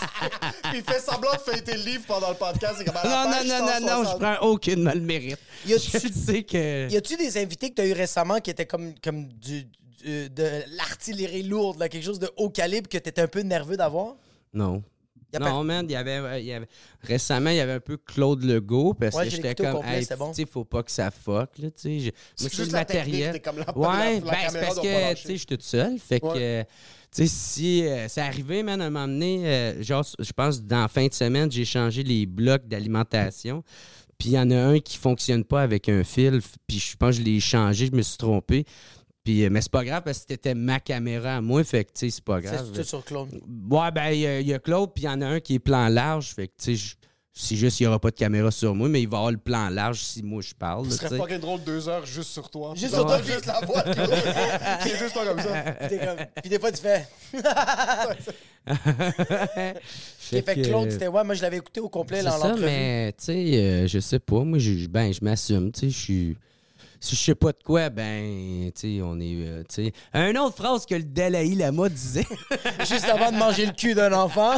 Il fait semblant de fêter le livre pendant le podcast. C'est comme non, je prends aucunement le mérite. Je sais que... Y a-tu des invités que tu as eu récemment qui étaient comme de l'artillerie lourde, là, quelque chose de haut calibre que tu étais un peu nerveux d'avoir? Non. Non, man, il y avait récemment, il y avait un peu Claude Legault parce que j'étais comme, complet, hey, faut pas que ça fuck, là, tu sais. Moi, c'est le matériel. Comme c'est parce que, tu sais, je suis toute seule. Fait que, tu sais, si c'est arrivé, man, à un moment donné, genre, je pense, dans la fin de semaine, j'ai changé les blocs d'alimentation. Puis il y en a un qui fonctionne pas avec un fil. Puis je pense que je l'ai changé, je me suis trompé. Puis, mais c'est pas grave parce que c'était ma caméra à moi, fait que, tu sais, c'est pas grave. C'est tout sur Claude. Ouais, ben, il y a Claude, puis il y en a un qui est plan large, fait que, tu sais, c'est juste qu'il n'y aura pas de caméra sur moi, mais il va avoir le plan large si moi je parle. Ce serait fucking drôle 2 heures juste sur toi. Juste sur toi, juste la voix de Claude. C'est juste toi comme ça. Puis des fois, tu fais... fait que Claude, c'était... Ouais, moi, je l'avais écouté au complet dans l'entrevue. Mais, tu sais, je sais pas. Moi, je m'assume, tu sais, je suis... Si je sais pas de quoi, ben, tu sais, on est... tu sais... Une autre phrase que le Dalai Lama disait. Juste avant de manger le cul d'un enfant.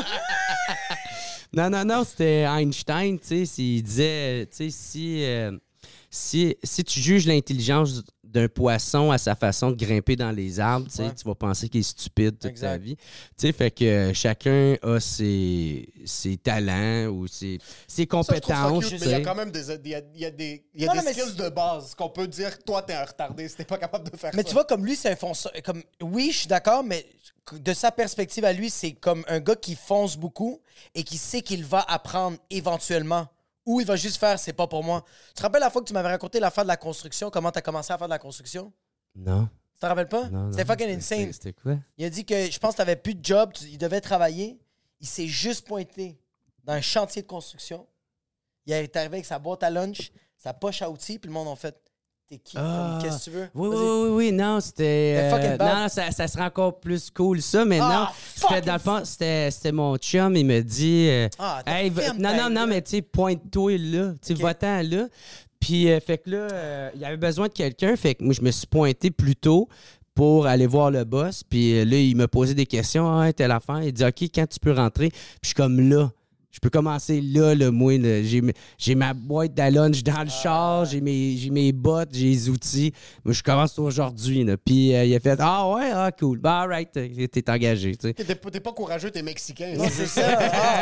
Non, c'était Einstein, tu sais, il disait, tu sais, si tu juges l'intelligence d'un poisson à sa façon de grimper dans les arbres, tu vas penser qu'il est stupide toute sa vie. Tu sais, fait que chacun a ses talents ou ses compétences. Il y a quand même des skills de base qu'on peut dire, toi, t'es un retardé si t'es pas capable de faire ça. Mais tu vois, comme lui, c'est un fonceur. Oui, je suis d'accord, mais de sa perspective à lui, c'est comme un gars qui fonce beaucoup et qui sait qu'il va apprendre éventuellement ou il va juste faire « c'est pas pour moi ». Tu te rappelles la fois que tu m'avais raconté l'affaire de la construction, comment tu as commencé à faire de la construction? Non. Tu te rappelles pas? Non, C'était fucking insane. C'était quoi? Il a dit que, je pense que tu n'avais plus de job, il devait travailler. Il s'est juste pointé dans un chantier de construction. Il est arrivé avec sa boîte à lunch, sa poche à outils, puis le monde en fait « t'es qui? Qu'est-ce que tu veux? » Oui, non, c'était... fucking bad. non, ça serait encore plus cool, ça, mais non. C'était, dans le fond, c'était mon chum, il me dit... hey, non, mais tu sais, pointe-toi là, tu sais, va-t'en là. Puis, fait que là, il avait besoin de quelqu'un, fait que moi, je me suis pointé plus tôt pour aller voir le boss. Puis là, il m'a posé des questions. Ah, telle affaire. Il dit, OK, quand tu peux rentrer? Puis je suis comme là. Je peux commencer là, moi. Là. J'ai ma boîte à lunch dans le char, j'ai mes bottes, j'ai les outils. Moi, je commence aujourd'hui. Là. Puis il a fait ah ouais, cool. Bah, all right, t'es engagé. Tu sais. T'es pas courageux, t'es mexicain. Non, c'est ça.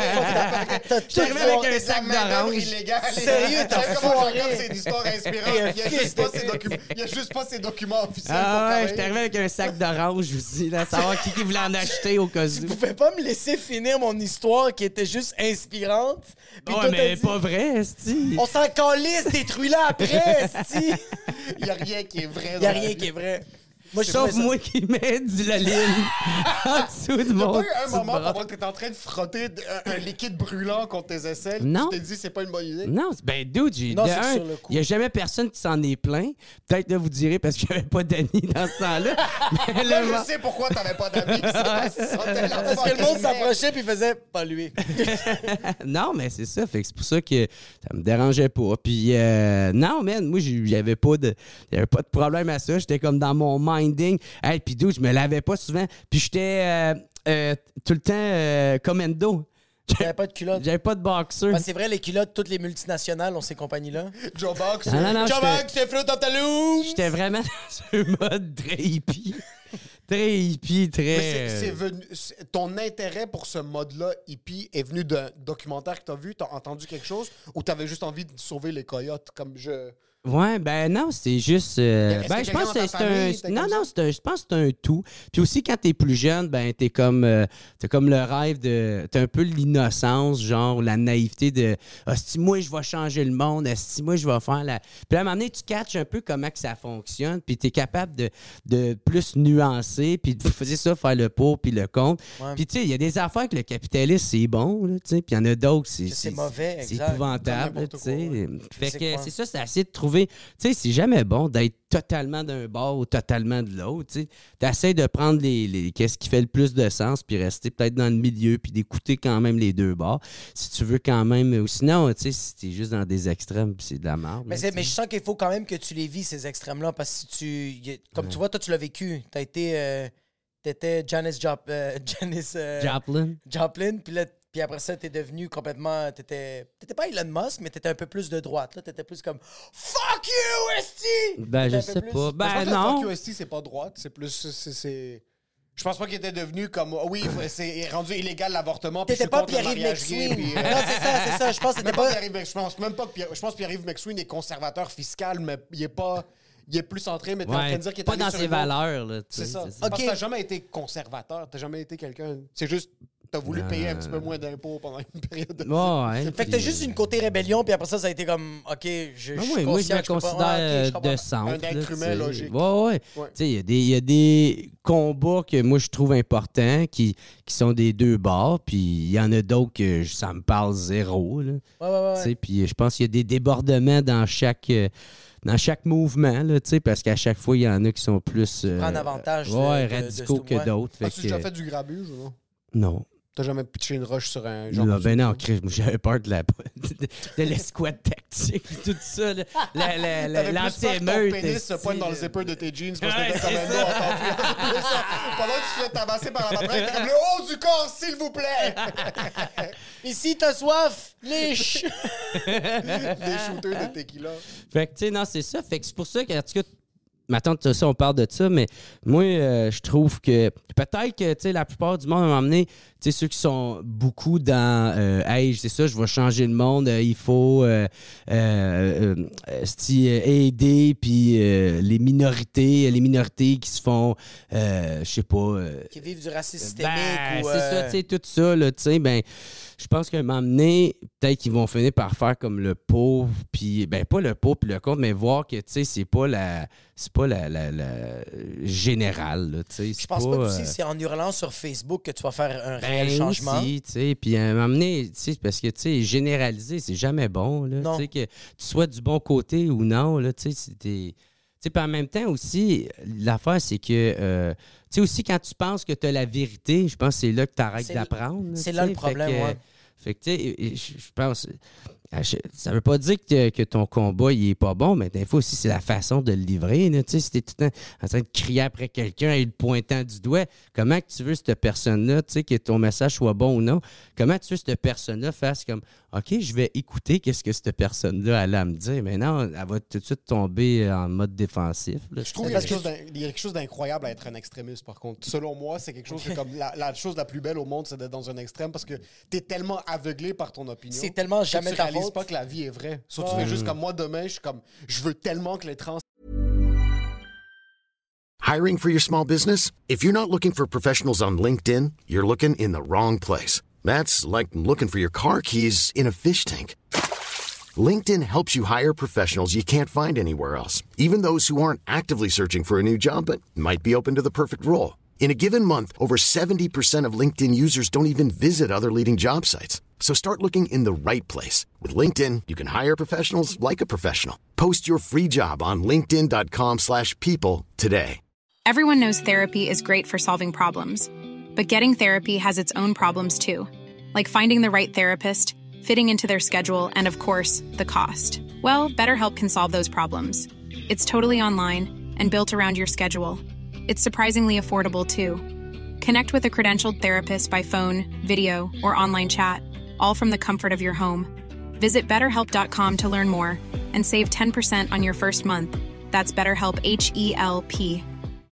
J'étais arrivé avec un sac d'orange. Sérieux, t'as foiré. C'est une histoire inspirante. Il y a juste pas ses documents officiels pour travailler. J'étais arrivé avec un sac d'orange aussi, là, savoir qui voulait en acheter au cas où. Tu pouvais pas me laisser finir mon histoire qui était juste inspirante. Ouais, mais pas vrai, esti. On s'en calisse, détruis-la après, esti. Il y a rien qui est vrai. Il y a rien qui est vrai. Moi, sauf moi qui mets du laline en dessous de mon... T'as pas eu un moment pendant que t'étais en train de frotter un liquide brûlant contre tes aisselles? Non. Tu t'es dit c'est pas une bonne idée? Non, ben dude, il n'y a jamais personne qui s'en est plaint. Peut-être là, vous direz parce qu'il n'y avait pas d'amis dans ce temps-là. Mais là, je sais pourquoi t'avais pas d'amis. Parce que le monde s'approchait puis faisait « pas lui ». Non, mais c'est ça. Fait que c'est pour ça que ça me dérangeait pas. Puis non, man, moi, j'avais pas de problème à ça. J'étais comme dans mon minding. Hey, puis dude, je me lavais pas souvent. Puis j'étais tout le temps commando. J'avais pas de culotte. J'avais pas de boxer. Ben, c'est vrai, les culottes, toutes les multinationales ont ces compagnies-là. Joe Box. Non, Joe Box, c'est fruit dans ta loom. J'étais vraiment dans un mode très hippie. Très hippie, très... Mais c'est venu... Ton intérêt pour ce mode-là hippie est venu d'un documentaire que t'as vu? T'as entendu quelque chose? Ou t'avais juste envie de sauver les coyotes comme je... Ouais, ben non, c'est juste... ben, je pense que c'est un... Non, je pense que c'est un tout. Puis aussi, quand t'es plus jeune, ben, t'as comme le rêve de... T'as un peu l'innocence, genre la naïveté de « Ah, si moi, je vais changer le monde. Si moi, je vais faire la... » Puis à un moment donné, tu catches un peu comment que ça fonctionne, puis t'es capable de plus nuancer, puis de faire le pour puis le contre. Ouais. Puis tu sais, il y a des affaires que le capitalisme, c'est bon, tu sais, puis il y en a d'autres, c'est mauvais, c'est épouvantable, tu sais. Fait que c'est ça, c'est assez de trouver... Tu sais, c'est jamais bon d'être totalement d'un bord ou totalement de l'autre. Tu essaies de prendre qu'est-ce qui fait le plus de sens puis rester peut-être dans le milieu puis d'écouter quand même les deux bords. Si tu veux quand même... Ou sinon, tu sais, si t'es juste dans des extrêmes, c'est de la merde. Mais je sens qu'il faut quand même que tu les vis, ces extrêmes-là, parce que si tu... Comme tu vois, toi, tu l'as vécu. T'as été... T'étais Janis Joplin, puis après ça, t'es devenu complètement... T'étais pas Elon Musk, mais t'étais un peu plus de droite. Là, t'étais plus comme « Fuck you, esti! » Ben, je sais pas. Ben, non. Fuck you, esti, c'est pas droite. C'est plus... Je pense pas qu'il était devenu comme... Oui, c'est rendu illégal l'avortement. T'étais pas Pierre-Yves McSween. Non, c'est ça. Je pense que t'étais pas... Je pense même pas que... Je pense que Pierre-Yves McSween est conservateur fiscal, mais il est pas... Il est plus centré, mais t'es en train de dire qu'il est pas dans ses valeurs. Là, c'est ça. Parce que t'as jamais été conservateur. T'as jamais été quelqu'un... C'est juste... T'as voulu payer un petit peu moins d'impôts pendant une période de ouais, fait que t'as juste une côté rébellion, puis après ça a été comme, OK, je suis moi, je me considère de centre. Un être humain logique. Ouais. Tu sais, il y a des combats que moi, je trouve importants qui sont des deux bords, puis il y en a d'autres que ça me parle zéro. Là. Ouais. Puis je pense qu'il y a des débordements dans chaque mouvement, là, parce qu'à chaque fois, il y en a qui sont plus... prendre avantage radicaux que d'autres. As-tu déjà fait du grabuge ou non? Non. T'as jamais pitché une roche sur un genre? Ben non, Chris, j'avais peur de l'escouade tactique et tout ça. L'anti-émeute. Ton pénis se pointe dans le zipper de tes jeans parce que t'étais comme un mot en pendant que tu te fais tabasser par la matraque, t'es comme le haut du corps, s'il vous plaît! Ici, t'as soif! Liche! Des shooters de tequila. Fait que, tu sais, non, c'est ça. Fait que c'est pour ça qu'en tout cas, maintenant, ça, on parle de ça, mais moi, je trouve que peut-être que, tu sais, la plupart du monde m'a emmené, tu sais, ceux qui sont beaucoup dans hey, c'est ça, je vais changer le monde, il faut aider, puis les minorités qui se font, je sais pas... qui vivent du racisme systémique c'est ça, tu sais, tout ça, là, tu sais, ben... je pense qu'à un moment donné, peut-être qu'ils vont finir par faire comme le pauvre, puis ben pas le pauvre puis le contre, mais voir que, tu sais, c'est pas la générale, là, tu sais. Je pense pas que c'est en hurlant sur Facebook que tu vas faire un réel changement. Aussi, tu sais, puis à un moment donné, tu sais, parce que, tu sais, généraliser, c'est jamais bon, là, tu sais, que tu sois du bon côté ou non, là, tu sais, c'était... Tu sais, puis en même temps aussi, l'affaire, c'est que, tu sais, aussi, quand tu penses que tu as la vérité, je pense que c'est là que tu arrêtes d'apprendre. C'est là le problème, ouais. Fait que, tu sais, je pense... Ça veut pas dire que ton combat, il est pas bon, mais des fois aussi, c'est la façon de le livrer. Tu sais, si t'es tout le temps en train de crier après quelqu'un et le pointant du doigt, comment que tu veux cette personne-là, tu sais, que ton message soit bon ou non, comment tu veux que cette personne-là fasse comme, OK, je vais écouter qu'est-ce que cette personne-là allait à me dire, mais non, elle va tout de suite tomber en mode défensif. Là. Je trouve qu'il y a quelque chose d'incroyable à être un extrémiste, par contre. Selon moi, c'est quelque chose que, comme la chose la plus belle au monde, c'est d'être dans un extrême parce que t'es tellement aveuglé par ton opinion. C'est tellement jamais ta faute. Pas que la vie est vraie. Sauf tu fais juste comme moi demain, je veux tellement que les trans. Hiring for your small business? If you're not looking for professionals on LinkedIn, you're looking in the wrong place. That's like looking for your car keys in a fish tank. LinkedIn helps you hire professionals you can't find anywhere else, even those who aren't actively searching for a new job but might be open to the perfect role. In a given month, over 70% of LinkedIn users don't even visit other leading job sites. So start looking in the right place. With LinkedIn, you can hire professionals like a professional. Post your free job on linkedin.com/people today. Everyone knows therapy is great for solving problems. But getting therapy has its own problems too. Like finding the right therapist, fitting into their schedule, and of course, the cost. Well, BetterHelp can solve those problems. It's totally online and built around your schedule. It's surprisingly affordable too. Connect with a credentialed therapist by phone, video, or online chat, all from the comfort of your home. Visit BetterHelp.com to learn more and save 10% on your first month. That's BetterHelp, H-E-L-P.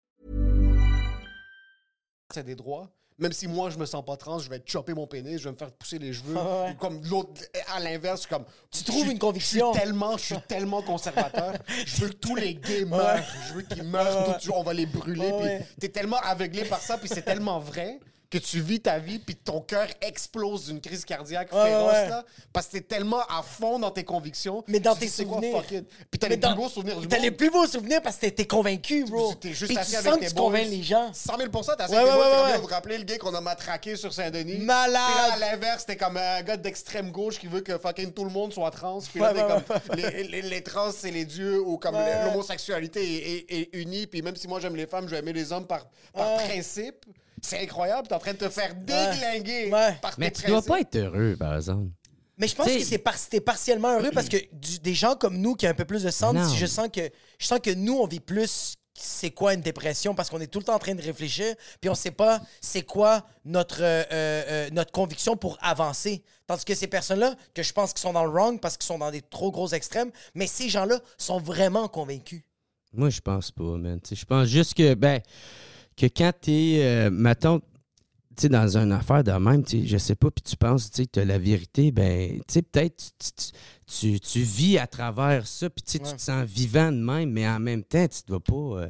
C'est des droits. Même si moi, je me sens pas trans, je vais te chopper mon pénis, je vais me faire pousser les cheveux. Comme l'autre, à l'inverse, comme... Tu trouves une conviction. Je suis tellement conservateur. Je veux que tous les gays meurent. Je veux qu'ils meurent. On va les brûler. T'es tellement aveuglé par ça, puis c'est tellement vrai que tu vis ta vie, puis ton cœur explose d'une crise cardiaque féroce, là, parce que t'es tellement à fond dans tes convictions. Mais dans tes souvenirs. Puis t'as les plus beaux souvenirs du monde. T'as les plus beaux souvenirs parce que t'es convaincu, bro. T'es juste puis assis tu avec sens tes que tu boys. convaincs les gens. 100 000 t'es assis avec tes boys. Vous vous rappelez le gars qu'on a matraqué sur Saint-Denis? Malade! Puis là, à l'inverse, t'es comme un gars d'extrême gauche qui veut que fucking tout le monde soit trans. Puis là, t'es comme... Les trans, c'est les dieux, ou comme l'homosexualité est unie. Puis même si moi, j'aime les femmes, je vais aimer les hommes par principe. C'est incroyable, t'es en train de te faire déglinguer par tes Mais tu dois pas être heureux, par exemple. Mais je pense que t'es partiellement heureux parce que des gens comme nous qui ont un peu plus de sens, je sens que nous, on vit plus c'est quoi une dépression parce qu'on est tout le temps en train de réfléchir puis on sait pas c'est quoi notre conviction pour avancer. Tandis que ces personnes-là, que je pense qu'ils sont dans le wrong parce qu'ils sont dans des trop gros extrêmes, mais ces gens-là sont vraiment convaincus. Moi, je pense pas, man. Je pense juste que, que quand t'es, mettons, tu sais, dans une affaire de même, je sais pas, puis tu penses, tu sais, t'as la vérité, tu sais, peut-être tu vis à travers ça, puis tu te sens vivant de même, mais en même temps, tu dois pas,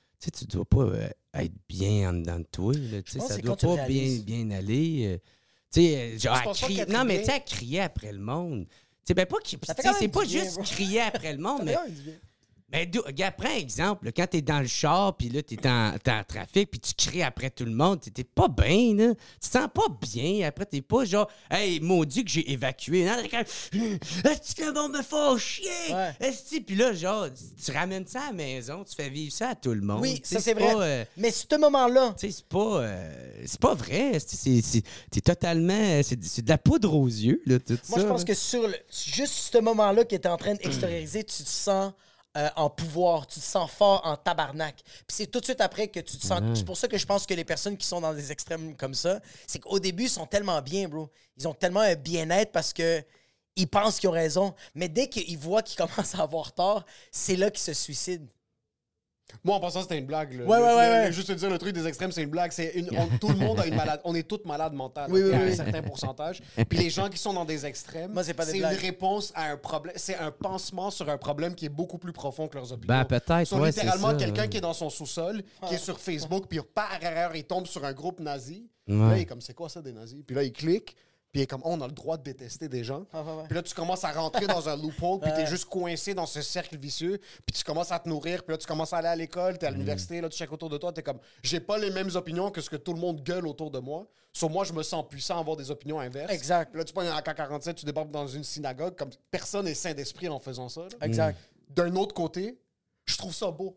être bien en dedans de toi, là, tu sais, ça doit pas bien aller. Tu sais, genre, non, mais tu sais, à crier après le monde. Tu sais, pas c'est pas juste crier après le monde, mais... Ben, regarde, prends un exemple. Là, quand t'es dans le char, puis là, t'es en trafic, puis tu cries après tout le monde, t'es pas bien, là. Tu te sens pas bien. Après, t'es pas genre, hey, maudit que j'ai évacué. Non, est-ce que le monde me fait chier? Est-ce que... Puis là, genre, tu ramènes ça à la maison, tu fais vivre ça à tout le monde. Oui, ça, c'est vrai. Mais ce moment-là... Tu sais, c'est pas vrai. C'est totalement... C'est de la poudre aux yeux, là, tout ça. Moi, je pense que sur juste ce moment-là que t'es en train d'extérioriser, tu te sens... en pouvoir, tu te sens fort en tabarnak. Puis c'est tout de suite après que tu te sens... C'est pour ça que je pense que les personnes qui sont dans des extrêmes comme ça, c'est qu'au début, ils sont tellement bien, bro. Ils ont tellement un bien-être parce que ils pensent qu'ils ont raison. Mais dès qu'ils voient qu'ils commencent à avoir tort, c'est là qu'ils se suicident. Moi, en passant, c'était une blague. Là. Ouais. Juste te dire, le truc des extrêmes, c'est une blague. Tout le monde a une maladie. On est tous malades mentales. Oui. Un certain pourcentage. Puis les gens qui sont dans des extrêmes, moi, c'est une réponse à un problème. C'est un pansement sur un problème qui est beaucoup plus profond que leurs opinions. Ben, peut-être, Ils sont littéralement c'est ça, quelqu'un qui est dans son sous-sol, qui est sur Facebook, puis par erreur, il tombe sur un groupe nazi. Ouais. Là, il est comme, c'est quoi ça, des nazis? Puis là, il clique. Puis il est comme, on a le droit de détester des gens. Ouais. Puis là, tu commences à rentrer dans un loophole, puis t'es juste coincé dans ce cercle vicieux. Puis tu commences à te nourrir, puis là, tu commences à aller à l'école, t'es à l'université, là, tu checkes autour de toi, t'es comme, j'ai pas les mêmes opinions que ce que tout le monde gueule autour de moi. Sur moi, je me sens puissant à avoir des opinions inverses. Exact. Puis là, tu prends un AK-47, tu débarques dans une synagogue, comme personne n'est sain d'esprit en faisant ça. Là. Exact. D'un autre côté, je trouve ça beau.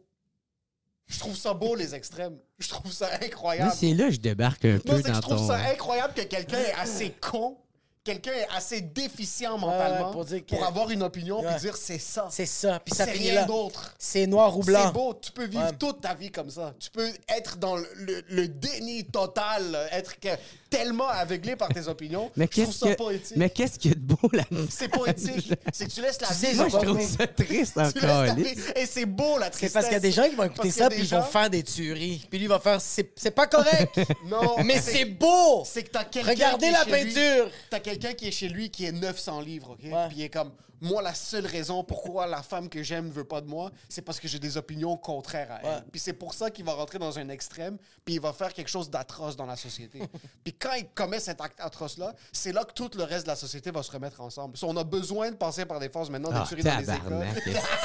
Je trouve ça beau, les extrêmes. Je trouve ça incroyable. Moi, c'est là que je débarque un Non, peu c'est que dans je trouve ton... ça incroyable que quelqu'un est assez con, quelqu'un est assez déficient mentalement pour dire que- avoir une opinion Ouais. puis dire c'est ça. C'est ça. Puis ça C'est finit rien là. d'autre. C'est noir ou blanc. C'est beau, tu peux vivre Ouais. toute ta vie comme ça. Tu peux être dans le déni total, être tellement aveuglé par tes opinions. Mais je trouve ça poétique. Mais qu'est-ce qu'il y a de beau là-dedans? C'est poétique. C'est que tu laisses la vie. Moi, je s'évaporer. trouve ça triste Tu laisses encore. la vie. Et c'est beau, la C'est tristesse. parce qu'il y a des gens qui vont écouter Parce qu'il y ça a puis des ils vont gens- faire des tueries. Puis lui, il va faire c'est pas correct. Non, mais c'est beau. C'est que t'as quelqu'un Regardez qui est la chez lui- peinture. T'as quelqu'un qui est chez lui qui est 900 livres, OK? Ouais. Puis il est comme, moi, la seule raison pourquoi la femme que j'aime ne veut pas de moi, c'est parce que j'ai des opinions contraires à elle. Ouais. Puis c'est pour ça qu'il va rentrer dans un extrême, puis il va faire quelque chose d'atroce dans la société. Puis quand il commet cet acte atroce-là, c'est là que tout le reste de la société va se remettre ensemble. So, on a besoin de passer par des phases maintenant de tuerie dans les écoles. tabarnak.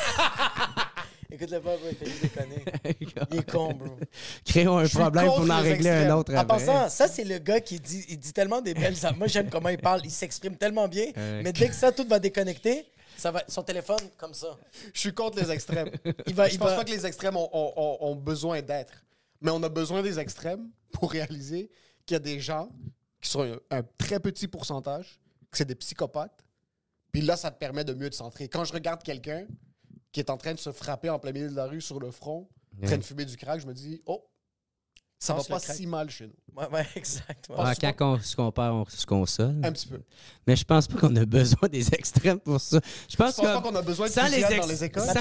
Écoute-le pas, bro, il fait juste déconner. Il est con, bro. Créons un suis problème pour contre en les régler extrêmes. un autre En après. passant, ça, c'est le gars qui dit, il dit tellement des belles... Moi, j'aime comment il parle. Il s'exprime tellement bien. Mais dès que ça, tout va déconnecter, ça va son téléphone, comme ça. Je suis contre les extrêmes. Il Je pense pas que les extrêmes ont besoin d'être. Mais on a besoin des extrêmes pour réaliser qu'il y a des gens qui sont un très petit pourcentage, que c'est des psychopathes. Puis là, ça te permet de mieux te centrer. Quand je regarde quelqu'un qui est en train de se frapper en plein milieu de la rue sur le front, en train de fumer du crack, je me dis, oh, ça va Pense le pas crack. si mal chez nous. Ouais, exact. Ouais. Ah, quand on se compare, on se console. Un petit peu. Mais je pense pas qu'on a besoin des extrêmes pour ça. Je pense, Je pense pas qu'on a besoin de sans fusillade les dans les écoles.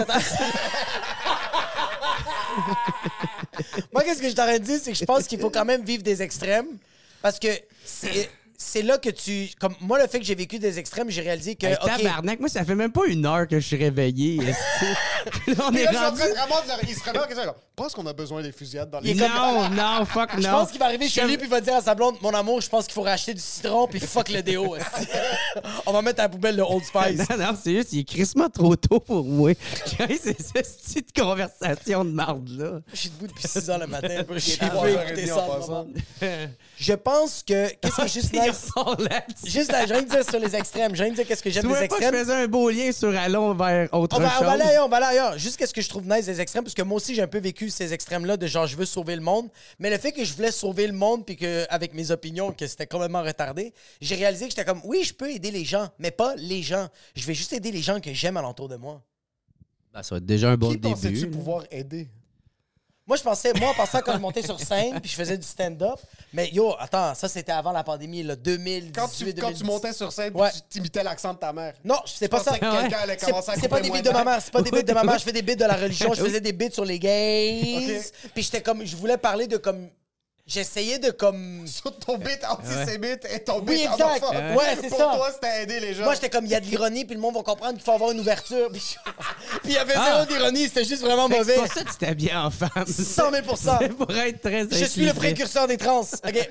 Moi, qu'est-ce que je t'aurais dit, c'est que je pense qu'il faut quand même vivre des extrêmes. Parce que c'est là que tu... Comme moi, le fait que j'ai vécu des extrêmes, j'ai réalisé que... Hey, OK, tabarnak, moi, ça fait même pas 1 heure que je suis réveillé. Là, on Puis est là, je suis en rendu... train de vraiment de leur... Il se réveille en question, comme, je pense qu'on a besoin des fusillades dans les Non, fuck non. je pense qu'il va arriver chez lui puis il va dire à sa blonde, mon amour, je pense qu'il faut racheter du citron puis fuck le déo. esti. On va mettre à la poubelle le Old Spice. Non, c'est juste, il est crissement trop tôt pour moi. C'est ce type de conversation de marde-là. Je suis debout depuis 6 heures le matin. Je suis Il est dévoué 3h30 écouter en ça. en ce passant. moment. Je pense que... Qu'est-ce qui est juste Il nice? ressort là-dessus. Juste là, j'ai rien de dire sur les extrêmes. J'ai rien de dire qu'est-ce que j'aime Tu des vois pas que je extrêmes. faisais un beau lien sur allons vers autre On va chose. aller ailleurs, on va aller ailleurs. Juste qu'est-ce que je trouve nice des extrêmes, parce que moi aussi, j'ai un peu vécu ces extrêmes-là de genre, je veux sauver le monde. Mais le fait que je voulais sauver le monde, puis que avec mes opinions, que c'était complètement retardé, j'ai réalisé que j'étais comme, oui, je peux aider les gens, mais pas les gens. Je vais juste aider les gens que j'aime alentour de moi. Ben, ça va être déjà un bon Qui pensais-tu début. pouvoir aider? Moi, en pensant quand je montais sur scène, puis je faisais du stand-up, mais yo, attends, ça, c'était avant la pandémie, là, 2018, Quand tu 2010. montais sur scène, Ouais. tu t'imitais l'accent de ta mère. Non, c'est pas ça. pensais que quelqu'un allait commencer à C'est pas couper des moins bits de ma d'air. mère, c'est pas des bits de ma mère. Je fais des bits de la religion, je faisais des bits sur les gays. Ok. Puis j'étais comme, je voulais parler de comme, j'essayais de comme... Sur ton bit antisémite et ton bit Oui, exact. homophobe. Ouais, c'est Pour ça. toi, c'était aider les gens. Moi, j'étais comme, il y a de l'ironie, puis le monde va comprendre qu'il faut avoir une ouverture. Puis il y avait zéro d'ironie, c'était juste vraiment mauvais. C'est pour ça que tu t'habilles en femme. 100 000 C'est pour être très Je suis le inclusif. précurseur des trans. OK.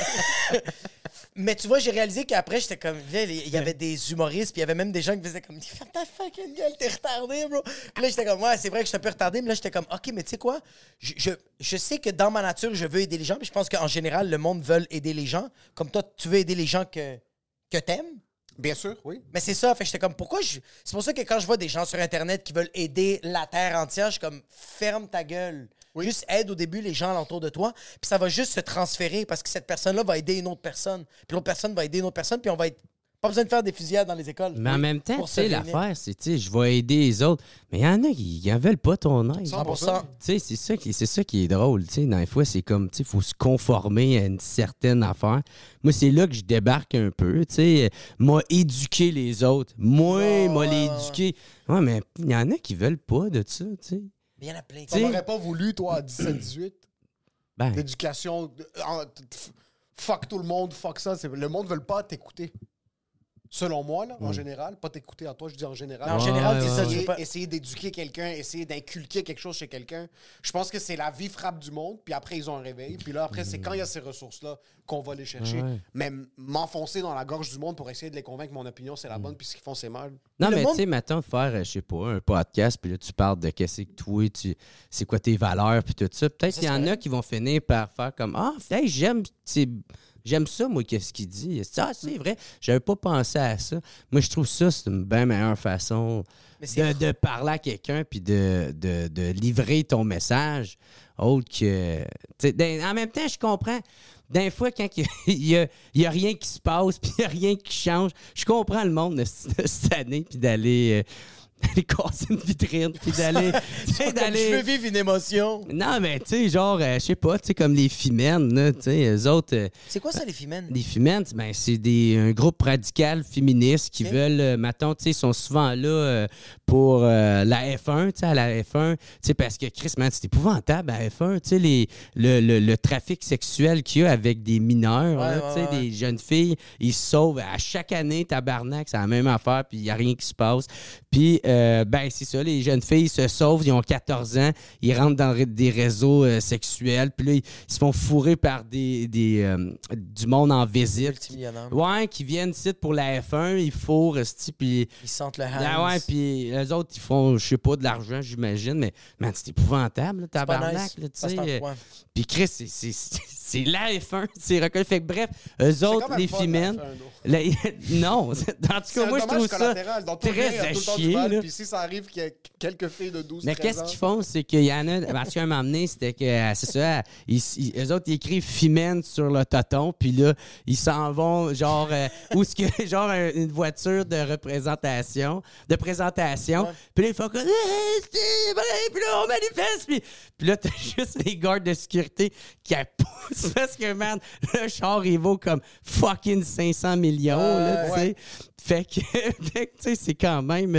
Mais tu vois, j'ai réalisé qu'après, j'étais comme... là, il y avait des humoristes, puis il y avait même des gens qui faisaient comme... Ferme ta fucking gueule, t'es retardé, bro. Puis là, j'étais comme... Ouais, c'est vrai que je suis un peu retardé, mais là, j'étais comme... OK, mais tu sais quoi? Je sais que dans ma nature, je veux aider les gens, puis je pense qu'en général, le monde veut aider les gens. Comme toi, tu veux aider les gens que t'aimes. Bien sûr, oui. Mais c'est ça, fait que j'étais comme, pourquoi je... C'est pour ça que quand je vois des gens sur Internet qui veulent aider la Terre entière, je suis comme, ferme ta gueule. Oui. Juste aide au début les gens alentour de toi, puis ça va juste se transférer parce que cette personne-là va aider une autre personne, puis l'autre personne va aider une autre personne, puis on va être... Pas besoin de faire des fusillades dans les écoles. Mais en même temps, Pour tu se sais, réunir. l'affaire, c'est, tu sais, je vais aider les autres. Mais il y en a qui n'en veulent pas ton aide. 100%. Tu sais, c'est ça qui est drôle. Tu sais, dans les fois, c'est comme, tu sais, il faut se conformer à une certaine affaire. Moi, c'est là que je débarque un peu. Tu sais, m'a éduqué les autres. Moi, m'a les éduqué. Ouais, mais il y en a qui veulent pas de ça, tu sais. Mais il y en a plein. Tu n'aurais pas voulu, toi, à 17-18, Ben, l'éducation... fuck tout le monde, fuck ça. Le monde ne veut pas t'écouter. Selon moi, là, en général, pas t'écouter à toi, je dis en général. En général, c'est ça. Essayer d'éduquer quelqu'un, essayer d'inculquer quelque chose chez quelqu'un. Je pense que c'est la vie frappe du monde, puis après, ils ont un réveil. Puis là, après, c'est quand il y a ces ressources-là qu'on va les chercher. Mais m'enfoncer dans la gorge du monde pour essayer de les convaincre que mon opinion, c'est la bonne, puis ce qu'ils font, c'est mal. Non, mais tu sais, mettons, faire, je sais pas, un podcast, puis là, tu parles de qu'est-ce que toi, c'est quoi tes valeurs, puis tout ça. Peut-être qu'il y en a qui vont finir par faire comme, hey, j'aime ça, moi, qu'est-ce qu'il dit. C'est vrai, j'avais pas pensé à ça. Moi, je trouve ça, c'est une bien meilleure façon de parler à quelqu'un puis de livrer ton message autre que... En même temps, je comprends. Des fois, quand il y a rien qui se passe puis il n'y a rien qui change, je comprends le monde de cette année puis d'aller casser une vitrine puis d'aller... Je veux vivre une émotion. Non, mais tu sais, genre, je sais pas, tu sais, comme les Femmes, là, tu sais, eux autres... C'est quoi ça, les Femmes? Les Femmes, ben, c'est un groupe radical féministe qui veulent, mettons, tu sais, ils sont souvent là pour la F1, tu sais, à la F1, tu sais, parce que, Chris, man, c'est épouvantable à F1, tu sais, le trafic sexuel qu'il y a avec des mineurs, tu sais, des jeunes filles, ils se sauvent à chaque année, tabarnak, c'est la même affaire, puis il n'y a rien qui se passe. Puis, ben, c'est ça, les jeunes filles se sauvent, ils ont 14 ans, ils rentrent dans des réseaux sexuels, puis là, ils se font fourrer par du monde en visite. Multimillionnaires. Ouais, qui viennent ici pour la F1, ils fourrent, puis... Ils sentent le Ah ouais, puis les autres, ils font, je sais pas, de l'argent, j'imagine, mais, man, c'est épouvantable, là, tabarnak, là, tu sais. Puis Chris, c'est la F1, c'est reconnu. Fait que bref, eux autres, les Femmes... Non, en tout cas, moi, je trouve ça très à chier. Puis si ça arrive qu'il y a quelques filles de 12-13 ans... Mais qu'est-ce qu'ils font, c'est qu'il y en a... Parce qu'à un moment donné, c'était que, c'est ça, eux autres, ils écrivent Femmes sur le toton, puis là, ils s'en vont, genre, où est-ce que, genre, une voiture de présentation, puis là, ils font comme... c'est vrai, puis là, on manifeste, puis là, t'as juste les gardes de sécurité qui poussent parce que, man, le char, il vaut comme fucking 500 millions, là, tu sais. Fait que, tu sais, c'est quand même...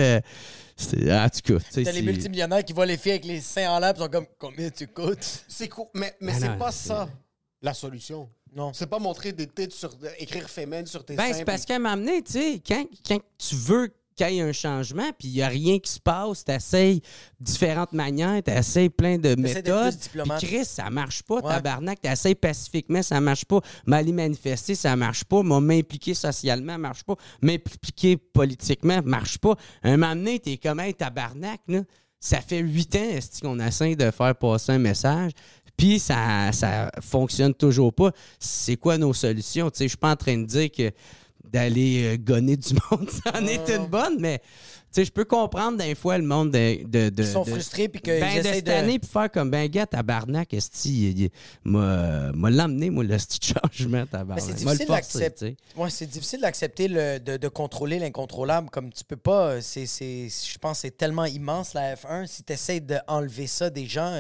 en tout cas, t'as les multimillionnaires qui voient les filles avec les seins en l'air, ils sont comme, combien tu coûtes? C'est cool, mais c'est pas ça la solution. Non. C'est pas montrer des têtes écrire Femmes sur tes seins. Ben, c'est parce qu'à m'amener, tu sais, quand tu veux qu'il y ait un changement, puis il n'y a rien qui se passe, tu essayes différentes manières, tu essayes plein de méthodes, puis Chris, ça marche pas, tabarnak, tu essayes pacifiquement, ça marche pas, m'aller manifester, ça marche pas, m'impliquer socialement, ça marche pas, m'impliquer politiquement, ça marche pas. Un moment donné, t'es comme, hey, tabarnak, là, ça fait 8 ans qu'on essaie de faire passer un message, puis ça fonctionne toujours pas. C'est quoi nos solutions? Tu sais, je suis pas en train de dire que d'aller gonner du monde, ça en est une bonne, mais tu sais, je peux comprendre des fois le monde ils sont frustrés puis qu'ils essaient de année puis faire comme ben gars tabarnak, esti m'a l'emmené moi le petit changement tabarnak. C'est difficile d'accepter. Ouais, c'est difficile d'accepter de contrôler l'incontrôlable comme tu peux pas. Je pense que c'est tellement immense la F1 si tu essaies d'enlever ça des gens.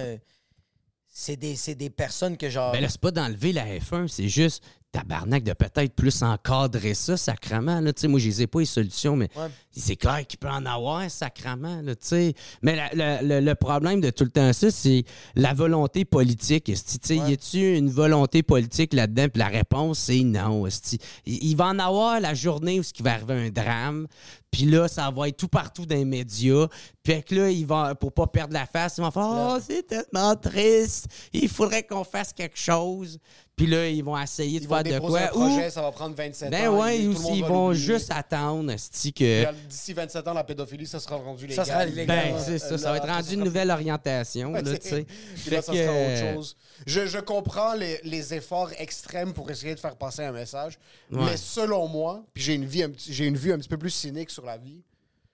C'est des personnes que genre. Ben là, c'est pas d'enlever la F1, c'est juste tabarnak de peut-être plus encadrer ça, sacrement. Là, moi, je les ai pas les solutions, mais c'est clair qu'il peut en avoir, sacrement. Là, mais le problème de tout le temps ça, c'est la volonté politique. Y a-t-il une volonté politique là-dedans? Puis la réponse, c'est non. Il va en avoir la journée où il va arriver un drame. Puis là, ça va être tout partout dans les médias. Puis que là, il va, pour pas perdre la face, ils vont faire « Oh, c'est tellement triste. Il faudrait qu'on fasse quelque chose. » Puis là, ils vont essayer de faire de quoi. Un projet, ça va prendre 27 ans. Ben ouais, ils vont juste attendre. D'ici 27 ans, la pédophilie, ça sera rendu légal. Ça sera légal. Ben, c'est ça. Ça va être rendu une nouvelle orientation. Là, tu sais. Puis là, ça sera autre chose. Je comprends les efforts extrêmes pour essayer de faire passer un message. Ouais. Mais selon moi, puis j'ai une vue un petit peu plus cynique sur la vie,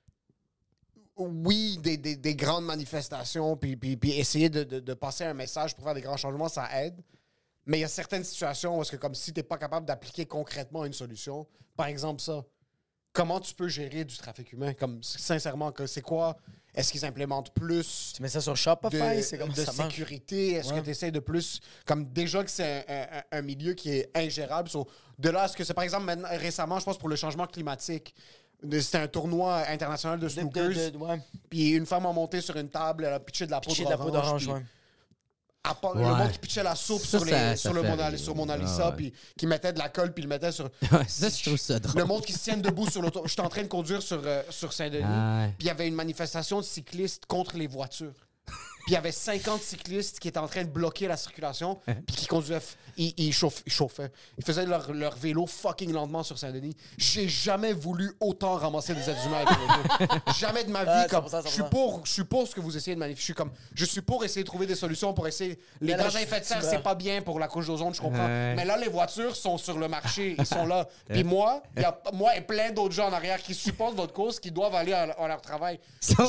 oui, des grandes manifestations, puis essayer de passer un message pour faire des grands changements, ça aide. Mais il y a certaines situations où est-ce que comme si tu n'es pas capable d'appliquer concrètement une solution, par exemple ça, comment tu peux gérer du trafic humain? Comme sincèrement, c'est quoi? Est-ce qu'ils implémentent plus? Tu mets ça sur Shopify, c'est comme de ça sécurité? Est-ce que tu essaies de plus? Comme déjà que c'est un milieu qui est ingérable. De là, est-ce que c'est par exemple récemment, je pense pour le changement climatique, c'était un tournoi international de snookers. Puis une femme a monté sur une table, elle a pitché de la peau d'orange. Le monde qui pitchait la soupe sur Mona Lisa, puis qui mettait de la colle, puis le mettait sur... Ça, je trouve ça drôle. Le monde qui se tienne debout sur l'autoroute. J'étais en train de conduire sur Saint-Denis, puis il y avait une manifestation de cyclistes contre les voitures. Puis il y avait 50 cyclistes qui étaient en train de bloquer la circulation, puis qui conduisaient... Ils chauffaient. Ils faisaient leur vélo fucking lentement sur Saint-Denis. J'ai jamais voulu autant ramasser des êtres humains avec un vélo. Jamais de ma vie. Je suis pour ce que vous essayez de magnifier. Je suis pour essayer de trouver des solutions pour essayer... Les gaz à effet de serre, c'est pas bien pour la couche d'ozone, je comprends. Mais là, les voitures sont sur le marché. Ils sont là. Puis moi et plein d'autres gens en arrière qui supportent votre cause, qui doivent aller à leur travail.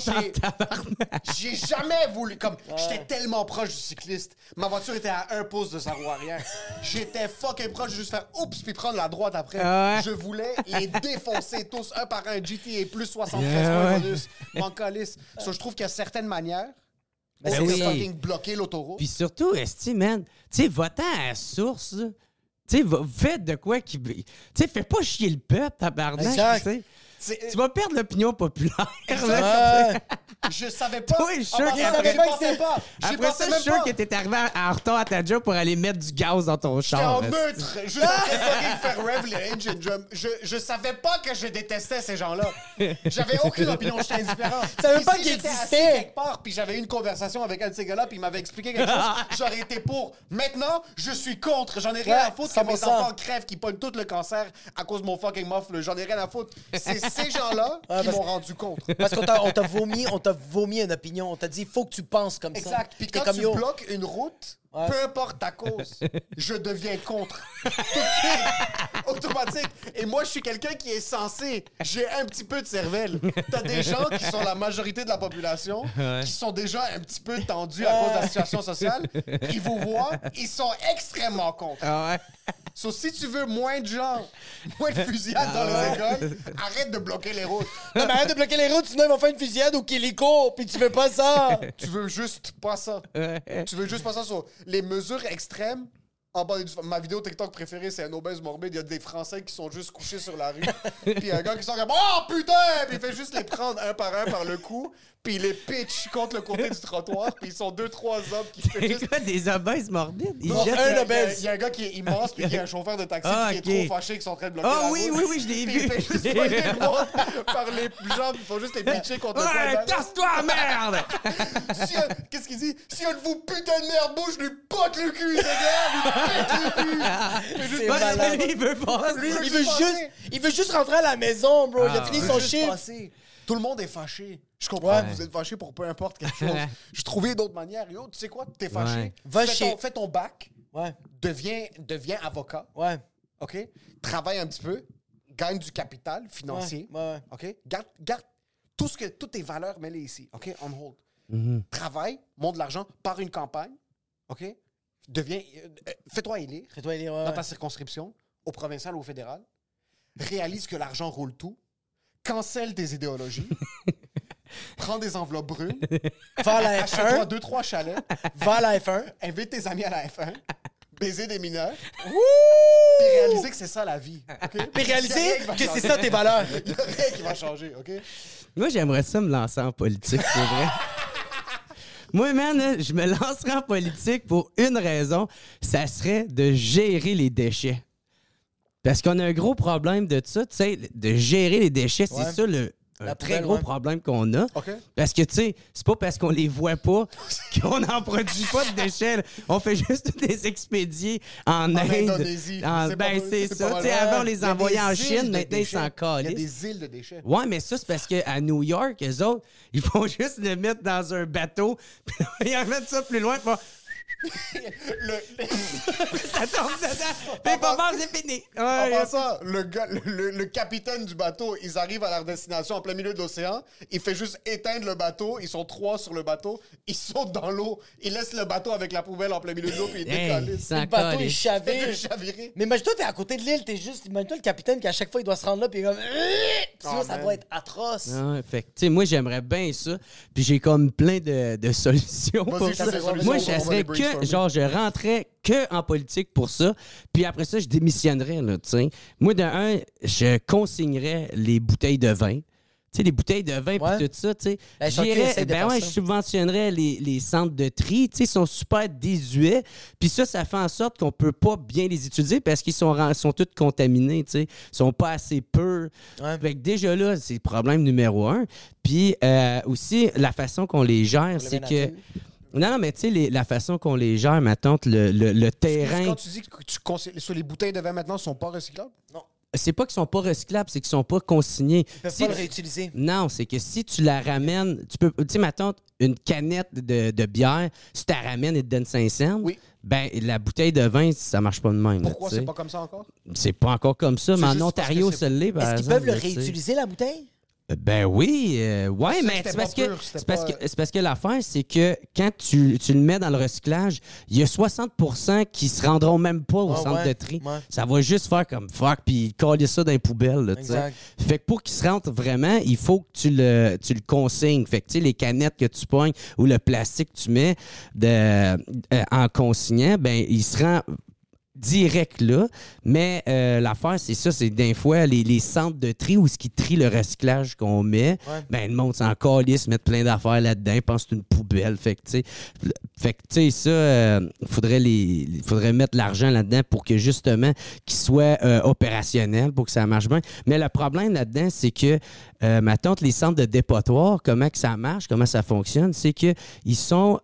J'ai jamais voulu... J'étais tellement proche du cycliste. Ma voiture était à 1 pouce de sa roue arrière. J'étais fucking proche de juste faire oups puis prendre la droite après. Je voulais les défoncer tous un par un. GTA plus 73 points bonus. M'en calisse. So, je trouve qu'il y a certaines manières de fucking bloquer l'autoroute. Puis surtout, esti, man, tu sais, votant à la source, tu sais, faites de quoi qui... Tu sais, fais pas chier le peuple, tabarnak, tu sais. Tu vas perdre l'opinion populaire. Je savais pas. Oui, je suis sûr Après ça, je suis sûr que t'es arrivé en retard à ta job pour aller mettre du gaz dans ton char. J'étais en neutre. Je fucking faire rev les engine. Je savais pas que je détestais ces gens-là. J'avais aucune opinion. J'étais indifférent. Tu savais pas qu'ils existaient existaient. quelque part, puis j'avais eu une conversation avec un de ces gars-là, puis il m'avait expliqué quelque chose. J'aurais été pour. Maintenant, je suis contre. J'en ai rien à foutre que mes enfants crèvent, qui pognent tout le cancer à cause de mon fucking muffle. J'en ai rien à foutre. C'est ces gens-là qui m'ont rendu contre. Parce qu'on t'a vomi une opinion. On t'a dit, il faut que tu penses comme ça. Exact. Puis quand tu bloques une route, peu importe ta cause, je deviens contre. Tout de suite, automatique. Et moi, je suis quelqu'un qui est censé. J'ai un petit peu de cervelle. T'as des gens qui sont la majorité de la population, qui sont déjà un petit peu tendus à cause de la situation sociale. Ils vous voient, ils sont extrêmement contre. So, si tu veux moins de gens, moins de fusillades dans les écoles, arrête de bloquer les routes. Non, mais arrête de bloquer les routes, sinon ils vont faire une fusillade au Kélico, puis tu veux pas ça. Tu veux juste pas ça. Tu veux juste pas ça sur les mesures extrêmes. En bas ma vidéo TikTok préférée, c'est un obèse morbide. Il y a des Français qui sont juste couchés sur la rue. Puis un gars qui sort comme « Oh, putain! » Puis il fait juste les prendre un par le cou. Puis il les pitch contre le côté du trottoir. Puis ils sont 2-3 hommes qui se fait juste... Des obèses morbides? Il y a un gars qui est immense, puis qui est un chauffeur de taxi, qui est trop fâché, qui sont en train de bloquer la route. Oui, je l'ai vu. Il fait juste poigner le droit par les gens, puis il faut juste les pitcher contre le coin. Tasse-toi, merde! Qu'est-ce qu'il dit? Si un de vous putain de merde bouge, je lui pote le cul, c'est grave! Il lui pète le cul! Malade. Il veut juste rentrer à la maison, bro. Il a fini son chiffre. Tout le monde est fâché. Je comprends, vous êtes fâché pour peu importe quelque chose. J'ai trouvé d'autres manières. Yo, tu sais quoi? T'es fâché. Fais ton bac. Deviens avocat. OK? Travaille un petit peu. Gagne du capital financier. OK? Garde toutes tes valeurs, mets-les ici. OK? On hold. Travaille, monte de l'argent, pars une campagne. OK? Fais-toi élire dans ta circonscription, au provincial ou au fédéral. Réalise que l'argent roule tout. Cancelle tes idéologies. Prends des enveloppes brunes. Va à la F1. Achète-toi 2-3 chalets. Va à la F1. Invite tes amis à la F1. Baiser des mineurs. Puis réaliser que c'est ça la vie. Okay? Puis réaliser que c'est ça tes valeurs. Il n'y a rien qui va changer, OK? Moi, j'aimerais ça me lancer en politique, c'est vrai. Moi, man, je me lancerais en politique pour une raison. Ça serait de gérer les déchets. Parce qu'on a un gros problème de ça, tu sais, de gérer les déchets, c'est ça un très gros problème qu'on a. Okay. Parce que, tu sais, c'est pas parce qu'on les voit pas qu'on n'en produit pas de déchets. Là. On fait juste des expédiés en Inde. Indonésie. C'est ça. Avant, on les envoyait en Chine, maintenant, ils s'en calent. Il y a des îles de déchets. Ouais, mais ça, c'est parce qu'à New York, eux autres, ils font juste le mettre dans un bateau, puis ils en mettent ça plus loin, puis ça tombe dedans. Mais pas mal, c'est fini. En passant, le capitaine du bateau, ils arrivent à leur destination en plein milieu de l'océan. Il fait juste éteindre le bateau. Ils sont 3 sur le bateau. Ils sautent dans l'eau. Ils laissent le bateau avec la poubelle en plein milieu de l'eau. Puis ils décalissent. Le bateau est chavire. Mais imagine-toi, t'es à côté de l'île. Imagine-toi le capitaine qu'à chaque fois, il doit se rendre là. Puis il est comme. Ça doit être atroce. Fait que, tu sais, moi, j'aimerais bien ça. Puis j'ai comme plein de solutions pour ça. Moi, ça serait que. Genre, je rentrais que en politique pour ça, puis après ça, je démissionnerais, là, tu sais. Moi, de un, je consignerais les bouteilles de vin. sais, les bouteilles de vin Ouais. puis tout ça, tu sais. Ben, Shawty essaie de faire Je ça. subventionnerais les centres de tri. Tu sais, ils sont super désuets. Puis ça fait en sorte qu'on peut pas bien les utiliser parce qu'ils sont tous contaminés, tu sais. Ils sont pas assez purs. Ouais. Fait que déjà là, c'est le problème numéro 1. Puis aussi, la façon qu'on les gère, c'est la que... nature. Non, mais tu sais, la façon qu'on les gère, maintenant, le terrain... Quand tu dis que sur les bouteilles de vin maintenant ne sont pas recyclables? Non. C'est pas qu'ils sont pas recyclables, c'est qu'ils sont pas consignés. Ils peuvent Si pas le tu- réutiliser. Non, c'est que si tu la ramènes, tu peux. Tu sais, ma tante, une canette de bière, si tu la ramènes et te donne 5 cents, Oui. ben la bouteille de vin, ça marche pas de même. là, Pourquoi tu sais. c'est pas comme ça encore? C'est pas encore comme ça, C'est mais en juste parce Ontario, que c'est- ça l'est, par Est-ce qu'ils exemple, peuvent le là, tu sais. réutiliser, la bouteille? Ben oui, ouais, Ça, mais c'était c'est pas parce que pur, c'était pas- c'est parce que l'affaire, c'est que quand tu le mets dans le recyclage, il y a 60% qui se rendront même pas au Ouais, centre ouais, de tri. ouais. Ça va juste faire comme fuck, puis coller ça dans les poubelles. Là, tu sais. Exact. Fait que pour qu'il se rentre vraiment, il faut que tu le consignes. Fait que tu sais, les canettes que tu pognes ou le plastique que tu mets en consignant, ben il se rend direct là, mais l'affaire, c'est ça, c'est des fois les centres de tri où ce qui trient le recyclage qu'on met, ben le monde s'en calisse, mettre plein d'affaires là-dedans, ils pensent que c'est une poubelle. Fait que tu sais, ça, faudrait mettre l'argent là-dedans pour que justement qu'il soit opérationnel, pour que ça marche bien. Mais le problème là-dedans, c'est que ma tante, les centres de dépotoir, comment que ça marche, comment ça fonctionne, c'est que ils sont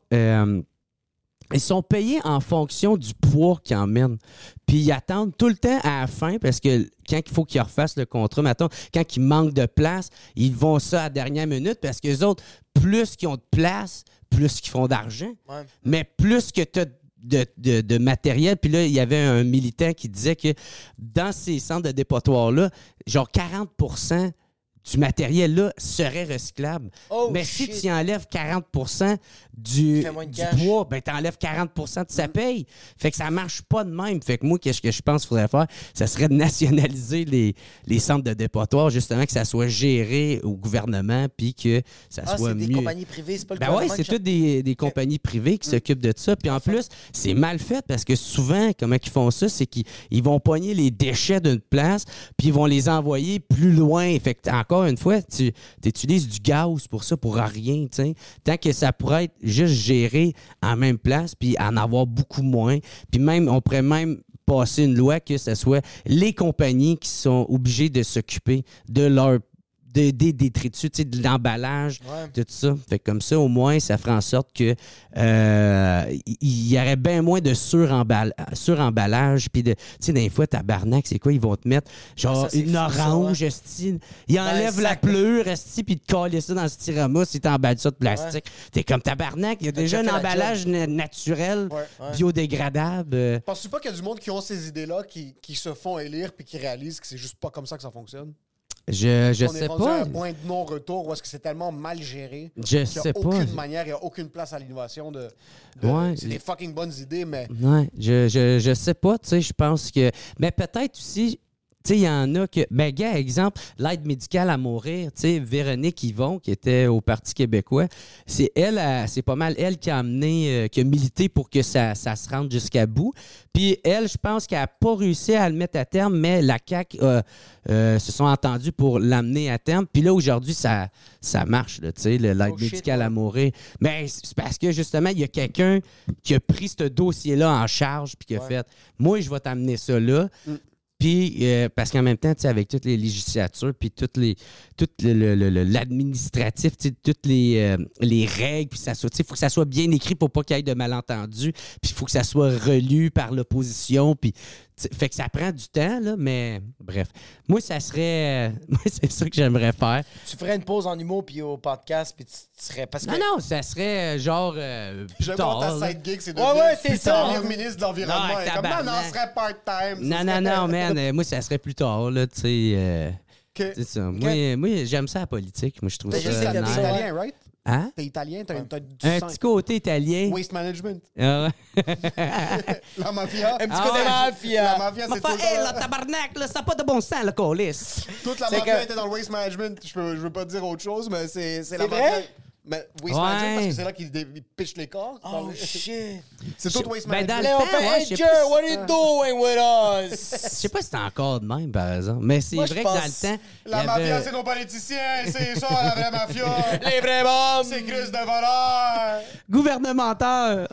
payés en fonction du poids qu'ils emmènent. Puis ils attendent tout le temps à la fin parce que quand il faut qu'ils refassent le contrat, mettons, quand il manque de place, ils vont ça à la dernière minute parce que les autres, plus qu'ils ont de place, plus qu'ils font d'argent. Ouais. Mais plus que tu as de matériel. Puis là, il y avait un militant qui disait que dans ces centres de dépotoir-là, genre 40% du matériel-là serait recyclable. Oh, mais si shit. tu enlèves 40% du fais moins de cash. poids, ben tu enlèves 40% de sa paye. Fait que ça marche pas de même. Fait que moi, qu'est-ce que je pense qu'il faudrait faire? Ça serait de nationaliser les centres de dépotoir, justement, que ça soit géré au gouvernement puis que ça soit c'est mieux. des compagnies privées, c'est pas le Ben oui, gouvernement c'est qui toutes des compagnies privées qui s'occupent de ça. Puis en plus, c'est mal fait parce que souvent, comment ils font ça, c'est qu'ils vont pogner les déchets d'une place puis ils vont les envoyer plus loin. Fait que, encore une fois, tu utilises du gaz pour ça, pour rien, tu sais. Tant que ça pourrait être juste géré en même place puis en avoir beaucoup moins. Puis même, on pourrait même passer une loi que ce soit les compagnies qui sont obligées de s'occuper de leur des détritus, tu sais, de l'emballage, tout ça. Fait que comme ça, au moins, ça ferait en sorte que il y aurait bien moins de suremballage. Puis de, tu sais, des fois, tabarnak, c'est quoi? Ils vont te mettre genre ça, c'est une fou, orange, ça, esti. Ils enlèvent la sac. pleure, esti, puis te collent ça dans ce styrama si t'emballes ça de plastique. T'es comme tabarnak, il y a déjà un déjà fait la emballage naturel, Ouais. biodégradable. Penses-tu pas qu'il y a du monde qui ont ces idées-là, qui se font élire puis qui réalisent que c'est juste pas comme ça que ça fonctionne? Je On sais est rendu pas. à un point de non-retour où est-ce que c'est tellement mal géré Je qu'il n'y sais a pas. aucune manière, il n'y a aucune place à l'innovation. Ouais. C'est des fucking bonnes idées, mais Ouais, je sais pas, tu sais, je pense que... Mais peut-être aussi, tu sais, il y en a que... Ben, gars, exemple, l'aide médicale à mourir, tu sais, Véronique Yvon, qui était au Parti québécois, c'est elle, c'est pas mal elle qui a amené, qui a milité pour que ça se rende jusqu'à bout. Puis elle, je pense qu'elle n'a pas réussi à le mettre à terme, mais la CAQ se sont entendus pour l'amener à terme. Puis là, aujourd'hui, ça marche, là, tu sais, l'aide médicale à mourir. Mais c'est parce que, justement, il y a quelqu'un qui a pris ce dossier-là en charge puis qui a fait « Moi, je vais t'amener ça là. Puis, parce qu'en même temps, tu sais, avec toutes les législatures, puis l'administratif, tu sais, toutes les règles, puis ça soit, tu sais, il faut que ça soit bien écrit pour pas qu'il y ait de malentendus, puis il faut que ça soit relu par l'opposition, puis fait que ça prend du temps, là, mais bref. Moi, ça serait... moi, c'est ça que j'aimerais faire. Tu ferais une pause en humour puis au podcast, puis tu serais... Parce que... Non, ça serait genre... j'aime tard, pas ta là. side gig, c'est c'est plus ça. tard, ministre de l'Environnement. Non, Et comme, non, tabarnak. ce serait part-time. Non, man. Moi, ça serait plus tard, là, tu sais... C'est ça. Moi, j'aime ça, la politique. Moi, je trouve Ben, ça je sais que T'es nice. ça. italien, right? Hein? T'es italien, t'as du Un sang. petit côté italien. Waste management. Ah ouais. La mafia. Un petit Ah côté ouais. mafia. La mafia, c'est tout le Hey, temps- la tabarnak, là, ça n'a pas de bon sens, le colis. Toute la C'est mafia que- était dans le waste management. Je veux pas te dire autre chose, mais c'est la C'est mafia. vrai? Mais Waste Management, parce que c'est là qu'ils pitchent les corps. Oh, shit. C'est tout Waste Ben, dans Management. le Là, on temps, fait, ouais, hey, je sais Jer, pas what are you doing with us? Je sais pas si c'est encore de même, par exemple. Mais c'est Moi, vrai je que dans pense- le temps. La il y avait- mafia, c'est nos politiciens. C'est ça, la vraie mafia. Les vrais bombes! C'est Chris de voleurs. Gouvernementeur!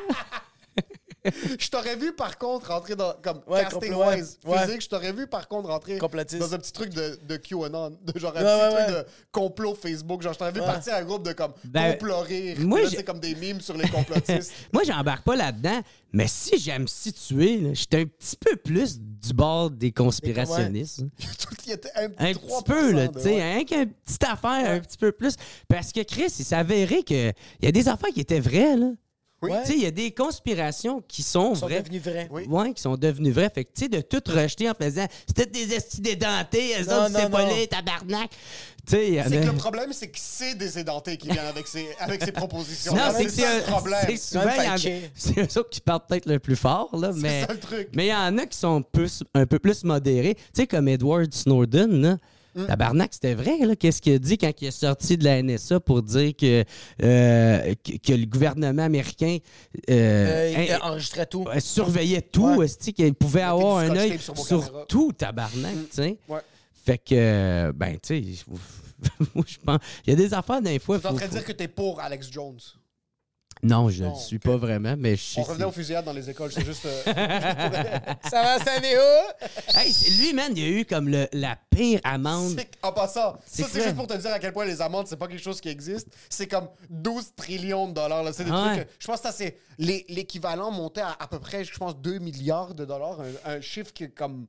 Je t'aurais vu, par contre, rentrer dans... Comme Ouais, casting-wise, ouais. physique, je t'aurais vu, par contre, rentrer Complotiste. dans un petit truc de QAnon. De genre un Ouais, petit ouais, truc de complot Facebook. Genre, je t'aurais vu partir à un groupe de comme Ben, complot rire. moi, Là, j'ai- c'est comme des mimes sur les complotistes. Moi, j'embarque pas là-dedans, mais si j'aime me situer, là, j'étais un petit peu plus du bord des conspirationnistes. Il y était un Un petit petit peu, là, 3% de- tu sais, ouais. rien qu'une petite affaire, un petit peu plus. Parce que Chris, il s'avérait qu'il y a des affaires qui étaient vraies, là. Oui. Tu sais, il y a des conspirations qui sont Ils sont vraies. devenus vrais. Oui. Ouais, qui sont devenues vraies. Fait que, tu sais, de tout rejeter en faisant c'était des estis dédentés, eux Non, autres, c'est non, pas non. les tabarnak. Tu sais, il y en C'est a- que le problème, c'est que c'est des édentés qui viennent avec ces propositions. Non, c'est que ça le problème. c'est souvent, il y en a- Fauci. c'est eux autres qui parlent peut-être le plus fort, là, mais... C'est ça le truc. Mais il y en a qui sont un peu plus modérés. Tu sais, comme Edward Snowden, là. Tabarnak, c'était vrai, là. Qu'est-ce qu'il a dit quand il est sorti de la NSA pour dire que le gouvernement américain Il enregistrait tout. surveillait tout, Ouais. esti, qu'il pouvait avoir du un scotch œil tape sur vos sur caméras. tout, tabarnak, tu sais. Ouais. Fait que, ben, tu sais, moi, je pense... Il y a des affaires, des fois... Tu es en faut- train de dire que t'es pour Alex Jones. Non, je ne Non, suis ok. pas vraiment, mais je sais... On revenait aux fusillades dans les écoles, c'est juste... Ça va, Sanéo? Hey, lui, man, il a eu comme la pire amende. En passant, C'est ça, c'est clair. juste pour te dire à quel point les amendes, c'est pas quelque chose qui existe. C'est comme 12 trillions de dollars. Là. C'est des Ah trucs... ouais. Je pense que ça, c'est... L'équivalent montait à peu près, je pense, 2 milliards de dollars. Un chiffre qui est comme...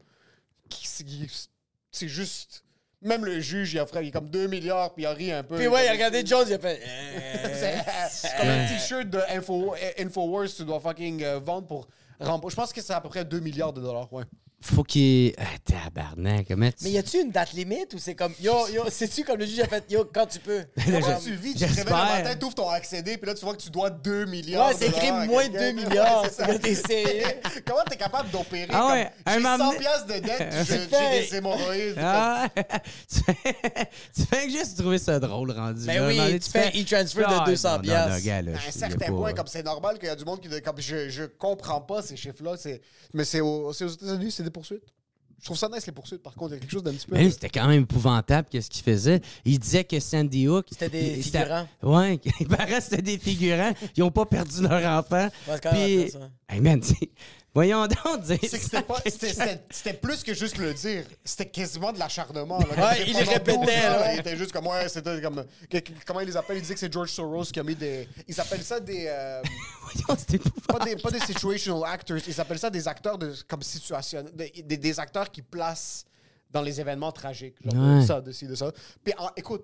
C'est juste... Même le juge, il a fait comme 2 milliards, puis il a ri un peu. Puis ouais, il a regardé Jones, il a fait... C'est comme un t-shirt de Infowars que tu dois fucking vendre pour rembourser. Je pense que c'est à peu près 2 milliards de dollars, ouais. Faut qu'il... Ah, tabarnak, comment tu... Mais y a-tu une date limite ou c'est comme... Yo, sais-tu comme le juge a fait... Yo, quand tu peux? Comment tu vis, tu te réveilles le j'espère. matin, tu ouvres ton accédé, puis là, tu vois que tu dois 2 milliards Ouais, c'est de écrit dollars à moins de quelqu'un. 2 milliards. Ouais, c'est ça. C'est t'es sérieux? Comment t'es capable d'opérer Ah ouais, comme, un j'ai moment 100 donné- piastres de dette, j'ai fait- des hémorroïdes. Ah, tu fais juste trouver ça drôle, rendu. Ben là. oui, À un moment donné, tu fais un e-transfer de 200 non, non, piastres. gars, là, À un il y a certain pas- point, comme c'est normal qu'il y a du monde qui... Comme je comprends pas ces chiffres-là, mais c'est aux États-Unis, c'est des poursuites. Je trouve ça nice, les poursuites, par contre. Il y a quelque chose d'un petit peu... Mais lui, c'était quand même épouvantable qu'est-ce qu'il faisait. Il disait que Sandy Hook... C'était des il- figurants. Ouais, il paraît que c'était des figurants. Ils ont pas perdu leur enfant. Ouais, c'est quand même Puis... ça. Hey man, voyons donc dire C'est que ça. c'était plus que juste le dire. C'était quasiment de l'acharnement. là. Comme Ouais, c'est il pendant répétait, 12 ans, là. Il était juste comme, ouais, c'était comme... Comment ils les appellent? Ils disaient que c'est George Soros qui a mis des... Ils appellent ça des... Voyons, c'était épouvantable. pas des situational actors. Ils appellent ça des acteurs comme situationnels. Des acteurs qui placent dans les événements tragiques. Genre Ouais. ça, de ci, de ça. Puis écoute...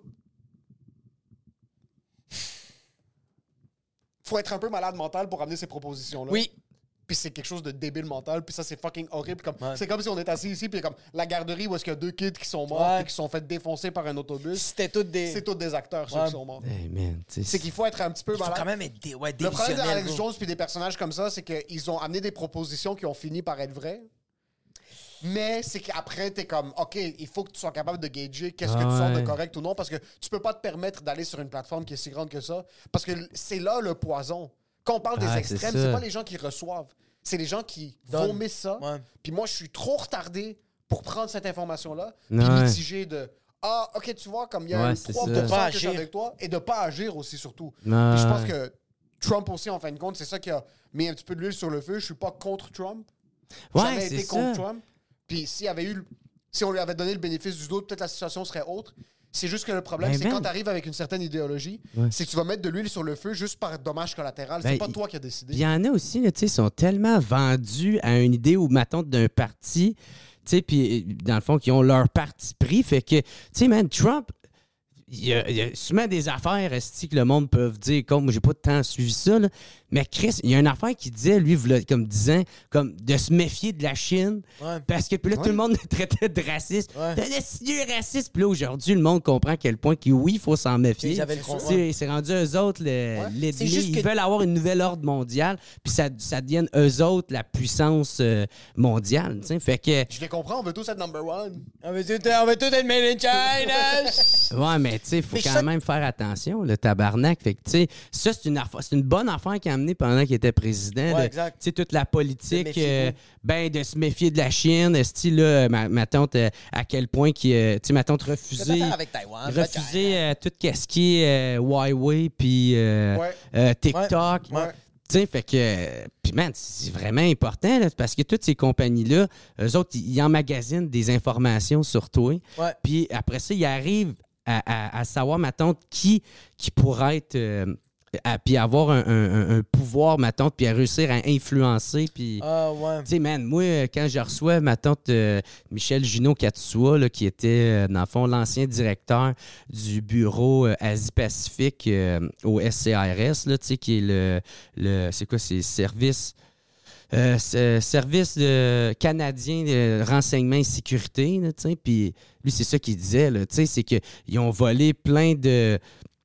Faut être un peu malade mental pour amener ces propositions-là. Oui. Puis c'est quelque chose de débile mental, puis ça, c'est fucking horrible. Comme, Ouais. C'est comme si on était assis ici, puis comme la garderie où est-ce qu'il y a 2 kids qui sont morts, Ouais. puis qui se sont fait défoncer par un autobus. C'était tous des... C'est tous des acteurs, ceux Ouais. qui sont morts. Hey man, tu sais, C'est qu'il faut être un petit peu Il faut malade. quand même être Le problème de délusionnel, Alex gros. Jones puis des personnages comme ça, c'est qu'ils ont amené des propositions qui ont fini par être vraies. Mais c'est qu'après, t'es comme, OK, il faut que tu sois capable de gager qu'est-ce que tu sens de Ouais. correct ou non, parce que tu peux pas te permettre d'aller sur une plateforme qui est si grande que ça, parce que c'est là le poison. Quand on parle des Ah, c'est extrêmes, ça. c'est pas les gens qui reçoivent, c'est les gens qui Donnent. vomissent ça. Ouais. Puis moi, je suis trop retardé pour prendre cette information-là, puis Ouais. mitiger de... Ah, OK, tu vois, comme il y a Ouais, un c'est 3 ça. de Pas que je suis agir. avec toi, et de pas agir aussi, surtout. Ouais. Puis je pense que Trump aussi, en fin de compte, c'est ça qui a mis un petit peu de l'huile sur le feu. Je suis pas contre Trump. Ouais, Jamais c'est été ça. contre Trump. Puis si on lui avait donné le bénéfice du doute, peut-être la situation serait autre. C'est juste que le problème, Ben, c'est man. quand tu arrives avec une certaine idéologie, Ouais. c'est que tu vas mettre de l'huile sur le feu juste par dommage collatéral. Ben, C'est pas il- toi qui as décidé. Il y en a aussi, là, tu sais, ils sont tellement vendus à une idée ou, mettons, d'un parti, tu sais, puis dans le fond, qui ont leur parti pris. Fait que, tu sais, man, Trump, il y a souvent des affaires, esti, que le monde peut dire, comme, moi, j'ai pas de temps suivi ça, là. Mais Chris, il y a une affaire qui disait, lui, v'là, comme 10 ans, comme de se méfier de la Chine. Ouais. Parce que, puis là, tout le monde le traitait de raciste. Ouais. T'es un assidu raciste. Puis là, aujourd'hui, le monde comprend à quel point que, oui, il faut s'en méfier. Ils avaient le Tu contrôle. sais, c'est rendu eux autres l'ennemi. C'est juste Ils que- veulent avoir une nouvelle ordre mondiale, puis ça devienne eux autres la puissance mondiale. Tu sais. Fait que, Je les comprends, on veut tous être number one. On veut tout être made in China. ouais, mais mais tu sais, il faut Mais quand ça- même faire attention, le tabarnak. Fait que, tu sais, ça, c'est une bonne affaire qu'il a amenée pendant qu'il était président. Ouais, de- exact. Tu sais, toute la politique, méfiez-vous. de se méfier de la Chine. Style, là, ma tante, à quel point, tu sais, ma tante Qu'est-ce que refusait. faire avec Taïwan? Refuser tout ce qui est Huawei puis TikTok. Ouais. Tu sais, fait que... Puis, man, c'est vraiment important, là, parce que toutes ces compagnies-là, eux autres, ils emmagasinent des informations sur toi. Ouais. Puis après ça, ils arrivent à savoir, ma tante, qui pourrait être... puis avoir un pouvoir, ma tante, puis à réussir à influencer, puis... Ah, ouais. Tu sais, man, moi, quand je reçois ma tante Michel Junot-Katsua, là, qui était, dans le fond, l'ancien directeur du bureau Asie-Pacifique au SCRS, là, tu sais, qui est c'est quoi, c'est service canadien de renseignement et sécurité, là, tu sais, puis lui, c'est ça qu'il disait, là, tu sais, c'est qu'ils ont volé plein de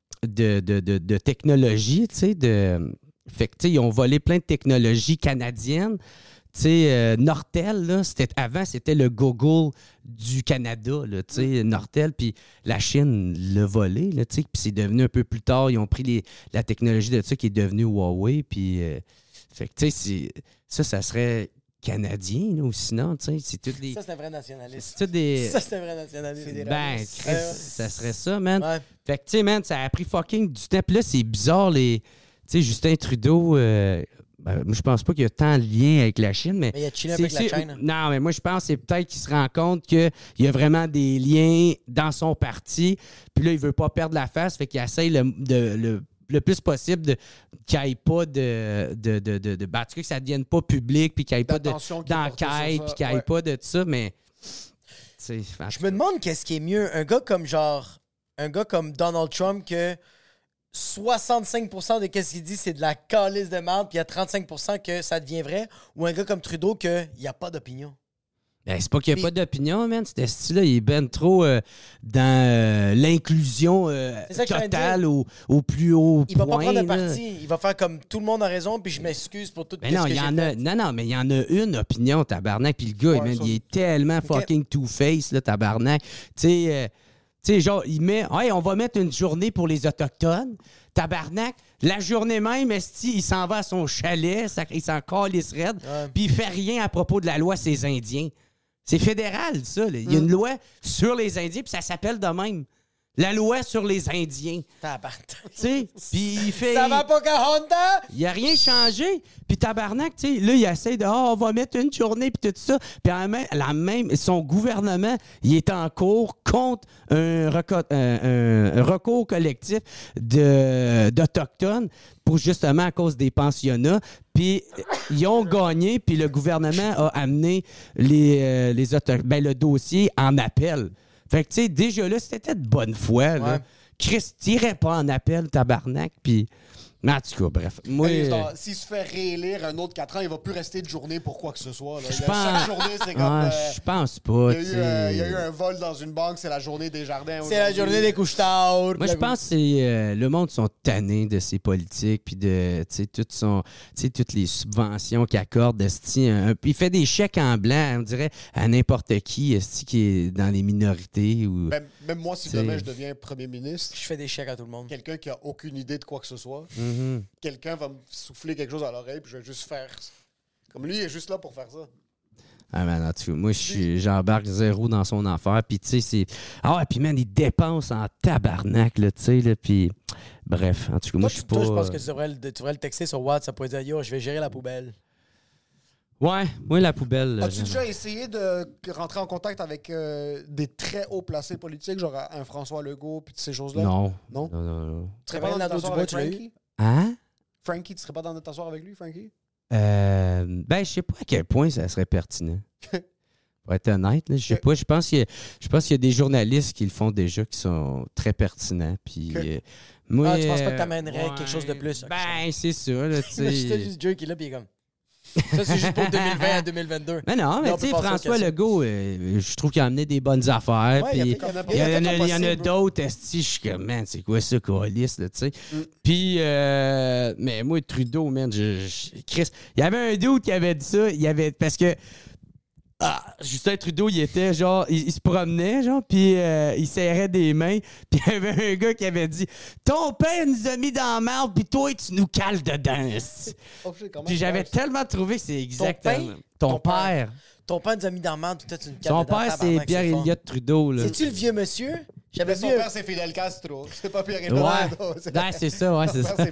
technologies, tu sais, fait que, tu sais, ils ont volé plein de technologies canadiennes. Tu sais, Nortel, là, avant, c'était le Google du Canada, là, tu sais, Nortel, puis la Chine l'a volé, là, tu sais, puis c'est devenu un peu plus tard, ils ont pris la technologie de ça qui est devenue Huawei, puis, fait que, tu sais, ça serait canadien, là, ou sinon, tu sais, c'est toutes des... Ça, c'est un vrai nationaliste. C'est toutes des... Ça, c'est un vrai nationaliste. Ben, Chris, ça serait ça, man. Ouais. Fait que, tu sais, man, ça a pris fucking du temps. Puis là, c'est bizarre, tu sais, Justin Trudeau, je pense pas qu'il y a tant de liens avec la Chine, mais... Mais il a chillé un peu avec la c'est- Chine. Non, mais moi, je pense que c'est peut-être qu'il se rend compte qu'il y a vraiment des liens dans son parti. Puis là, il veut pas perdre la face, fait qu'il essaye le plus possible qu'il n'y ait pas de ben, en tout cas, que ça ne devienne pas public, puis qu'il n'y ait pas D'attention qui est portée sur d'enquête, ça, puis qu'il n'y ait ouais. pas de ça, mais... tu sais, Je me demande qu'est-ce qui est mieux. Un gars comme Donald Trump que 65% de ce qu'il dit, c'est de la calice de merde, puis il y a 35% que ça devient vrai, ou un gars comme Trudeau qu'il n'y a pas d'opinion. Ben, c'est pas qu'il n'y a Puis- pas d'opinion, man. Cet style-là, il est ben trop dans l'inclusion C'est ça que je viens de totale au plus haut Il va point. pas prendre un là. parti. Il va faire comme tout le monde a raison, puis je m'excuse pour tout Ben ce non, que il y j'ai en fait. a. Non, mais il y en a une opinion, tabarnak. Puis le gars, Ouais, man, ça- il est tellement fucking two-face, là, tabarnak. Tu sais, genre, il met. Hey, on va mettre une journée pour les Autochtones. Tabarnak. La journée même, esti, il s'en va à son chalet, il s'en calisse raide, puis il fait rien à propos de la loi sur les Indiens. C'est fédéral, ça. Là. Il y a une loi sur les Indiens, puis ça s'appelle de même. La loi sur les Indiens. Tabarnak. Tu sais, puis il fait... Ça va pas, Honda? Il a rien changé. Puis tabarnak, tu sais, là, il essaie de... on va mettre une journée, puis tout ça. Puis son gouvernement, il est en cours contre un recours collectif d'Autochtones pour justement à cause des pensionnats. Puis ils ont gagné, puis le gouvernement a amené les Autochtones, le dossier en appel. Fait que, tu sais, déjà là, c'était de bonne foi, là. Ouais. Chris, t'irais pas en appel, tabarnak, puis... Mais en tout cas, bref. Moi, S'il se fait réélire un autre 4 ans, il va plus rester de journée pour quoi que ce soit. Là. Je pense- Chaque journée, c'est comme... je pense pas, il tu y a eu sais. un vol dans une banque, c'est la journée des jardins. C'est la journée des couches tard. Moi, je pense que c'est le monde sont tannés de ces politiques puis de toutes les subventions qu'ils accordent. Puis il fait des chèques en blanc, on dirait, à n'importe qui est dans les minorités. Ou, Même moi, si C'est- demain je deviens premier ministre, Je fais des chèques à tout le monde. quelqu'un qui a aucune idée de quoi que ce soit, quelqu'un va me souffler quelque chose à l'oreille, puis je vais juste faire... Comme lui, il est juste là pour faire ça. Ah, man, en tout cas, moi, j'embarque zéro dans son affaire. Puis, tu sais, c'est. Ah, ouais, puis, man, il dépense en tabarnak, là, tu sais, là. Puis, bref, en tout cas, moi, je suis pas. Toi, je pense que tu devrais le texter sur WhatsApp pour dire yo, je vais gérer la poubelle. Ouais, moi, la poubelle. là, As-tu j'en- déjà essayé de rentrer en contact avec des très hauts placés politiques, genre un François Legault, puis ces choses-là? Non. Non? Non. Tu serais pas dans Gabriel notre Nadeau-Dubois, avec tu l'as eu? Frankie? Hein? Frankie, tu serais pas dans notre t'asseoir avec lui, Frankie? Je sais pas à quel point ça serait pertinent. Pour être honnête, là, je sais pas. Je pense qu'il y a des journalistes qui le font déjà qui sont très pertinents. Puis, moi, Tu penses pas que t'amènerais quelque chose de plus? Ben, c'est ça, là, tu C'était sais. juste Joe qui est là, puis il est comme. Ça, c'est juste pour 2020 à 2022. Mais non, mais Là, on tu sais, peut passer aux François questions. Legault, je trouve qu'il a amené des bonnes affaires. Ouais, puis il a fait il y en ton a possible. d'autres, esti, je suis comme, man, c'est quoi ça, coalice, là, tu sais. Puis, mais moi, Trudeau, man, Chris, il y avait un dude qui avait dit ça, parce que Justin Trudeau, il était genre, il se promenait, genre, puis il serrait des mains, puis il y avait un gars qui avait dit « Ton père nous a mis dans la merde, puis toi, tu nous cales dedans. » Puis j'avais tellement trouvé que c'est exactement... Ton père. Ton père nous a mis dans la merde, tout tu nous cales Son dedans. père, c'est Pierre Elliott Trudeau, là. C'est-tu le vieux monsieur? J'avais son père, c'est Fidel Castro. C'est pas Pierre Elliott. Ouais, c'est ça, c'est ça.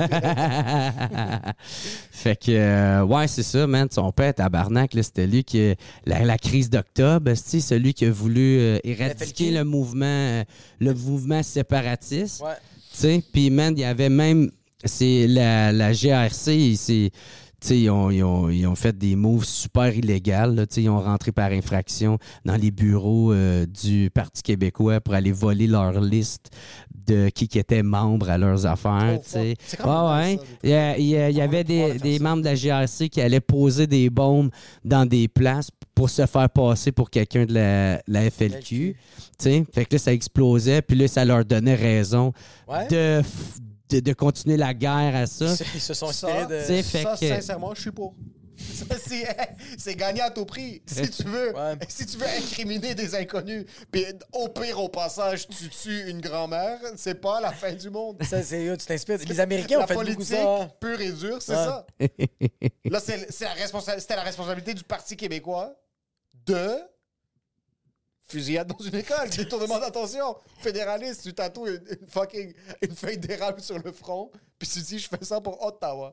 Fait que, c'est ça, man. Son père, tabarnak, là, c'était lui qui... La crise d'octobre, c'est celui qui a voulu éradiquer le mouvement séparatiste. Ouais. Tu sais, puis, man, il y avait même... C'est la GRC, c'est... Ils ont fait des moves super illégaux. Là, ils ont rentré par infraction dans les bureaux du Parti québécois pour aller voler leur liste de qui étaient membres à leurs affaires. C'est il y avait des membres de la GRC qui allaient poser des bombes dans des places pour se faire passer pour quelqu'un de la FLQ. Fait que là, ça explosait. Puis là, ça leur donnait raison de continuer la guerre à ça. Ils se sont inspirés de... sincèrement, je suis pour. Ça, c'est gagné à tout prix. Si tu veux incriminer des inconnus, puis au pire, au passage, tu tues une grand-mère, c'est pas la fin du monde. Ça, tu t'inspires. Les Américains ont fait beaucoup ça. La politique pure et dure, c'est ça. Là, c'était la responsabilité du Parti québécois de... Fusillade dans une école, détournement d'attention, fédéraliste, tu tatoues une feuille d'érable sur le front, puis tu dis je fais ça pour Ottawa.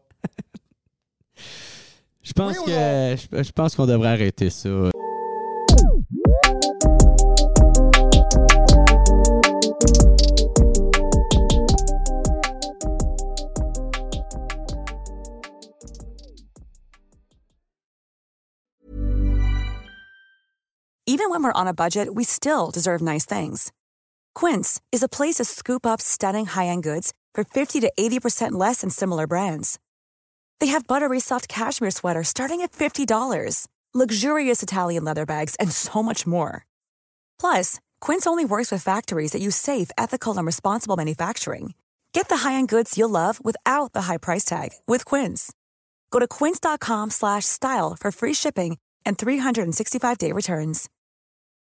Je pense qu'on devrait arrêter ça. Even when we're on a budget, we still deserve nice things. Quince is a place to scoop up stunning high-end goods for 50 to 80% less than similar brands. They have buttery soft cashmere sweaters starting at $50, luxurious Italian leather bags, and so much more. Plus, Quince only works with factories that use safe, ethical, and responsible manufacturing. Get the high-end goods you'll love without the high price tag with Quince. Go to quince.com/style for free shipping and 365-day returns.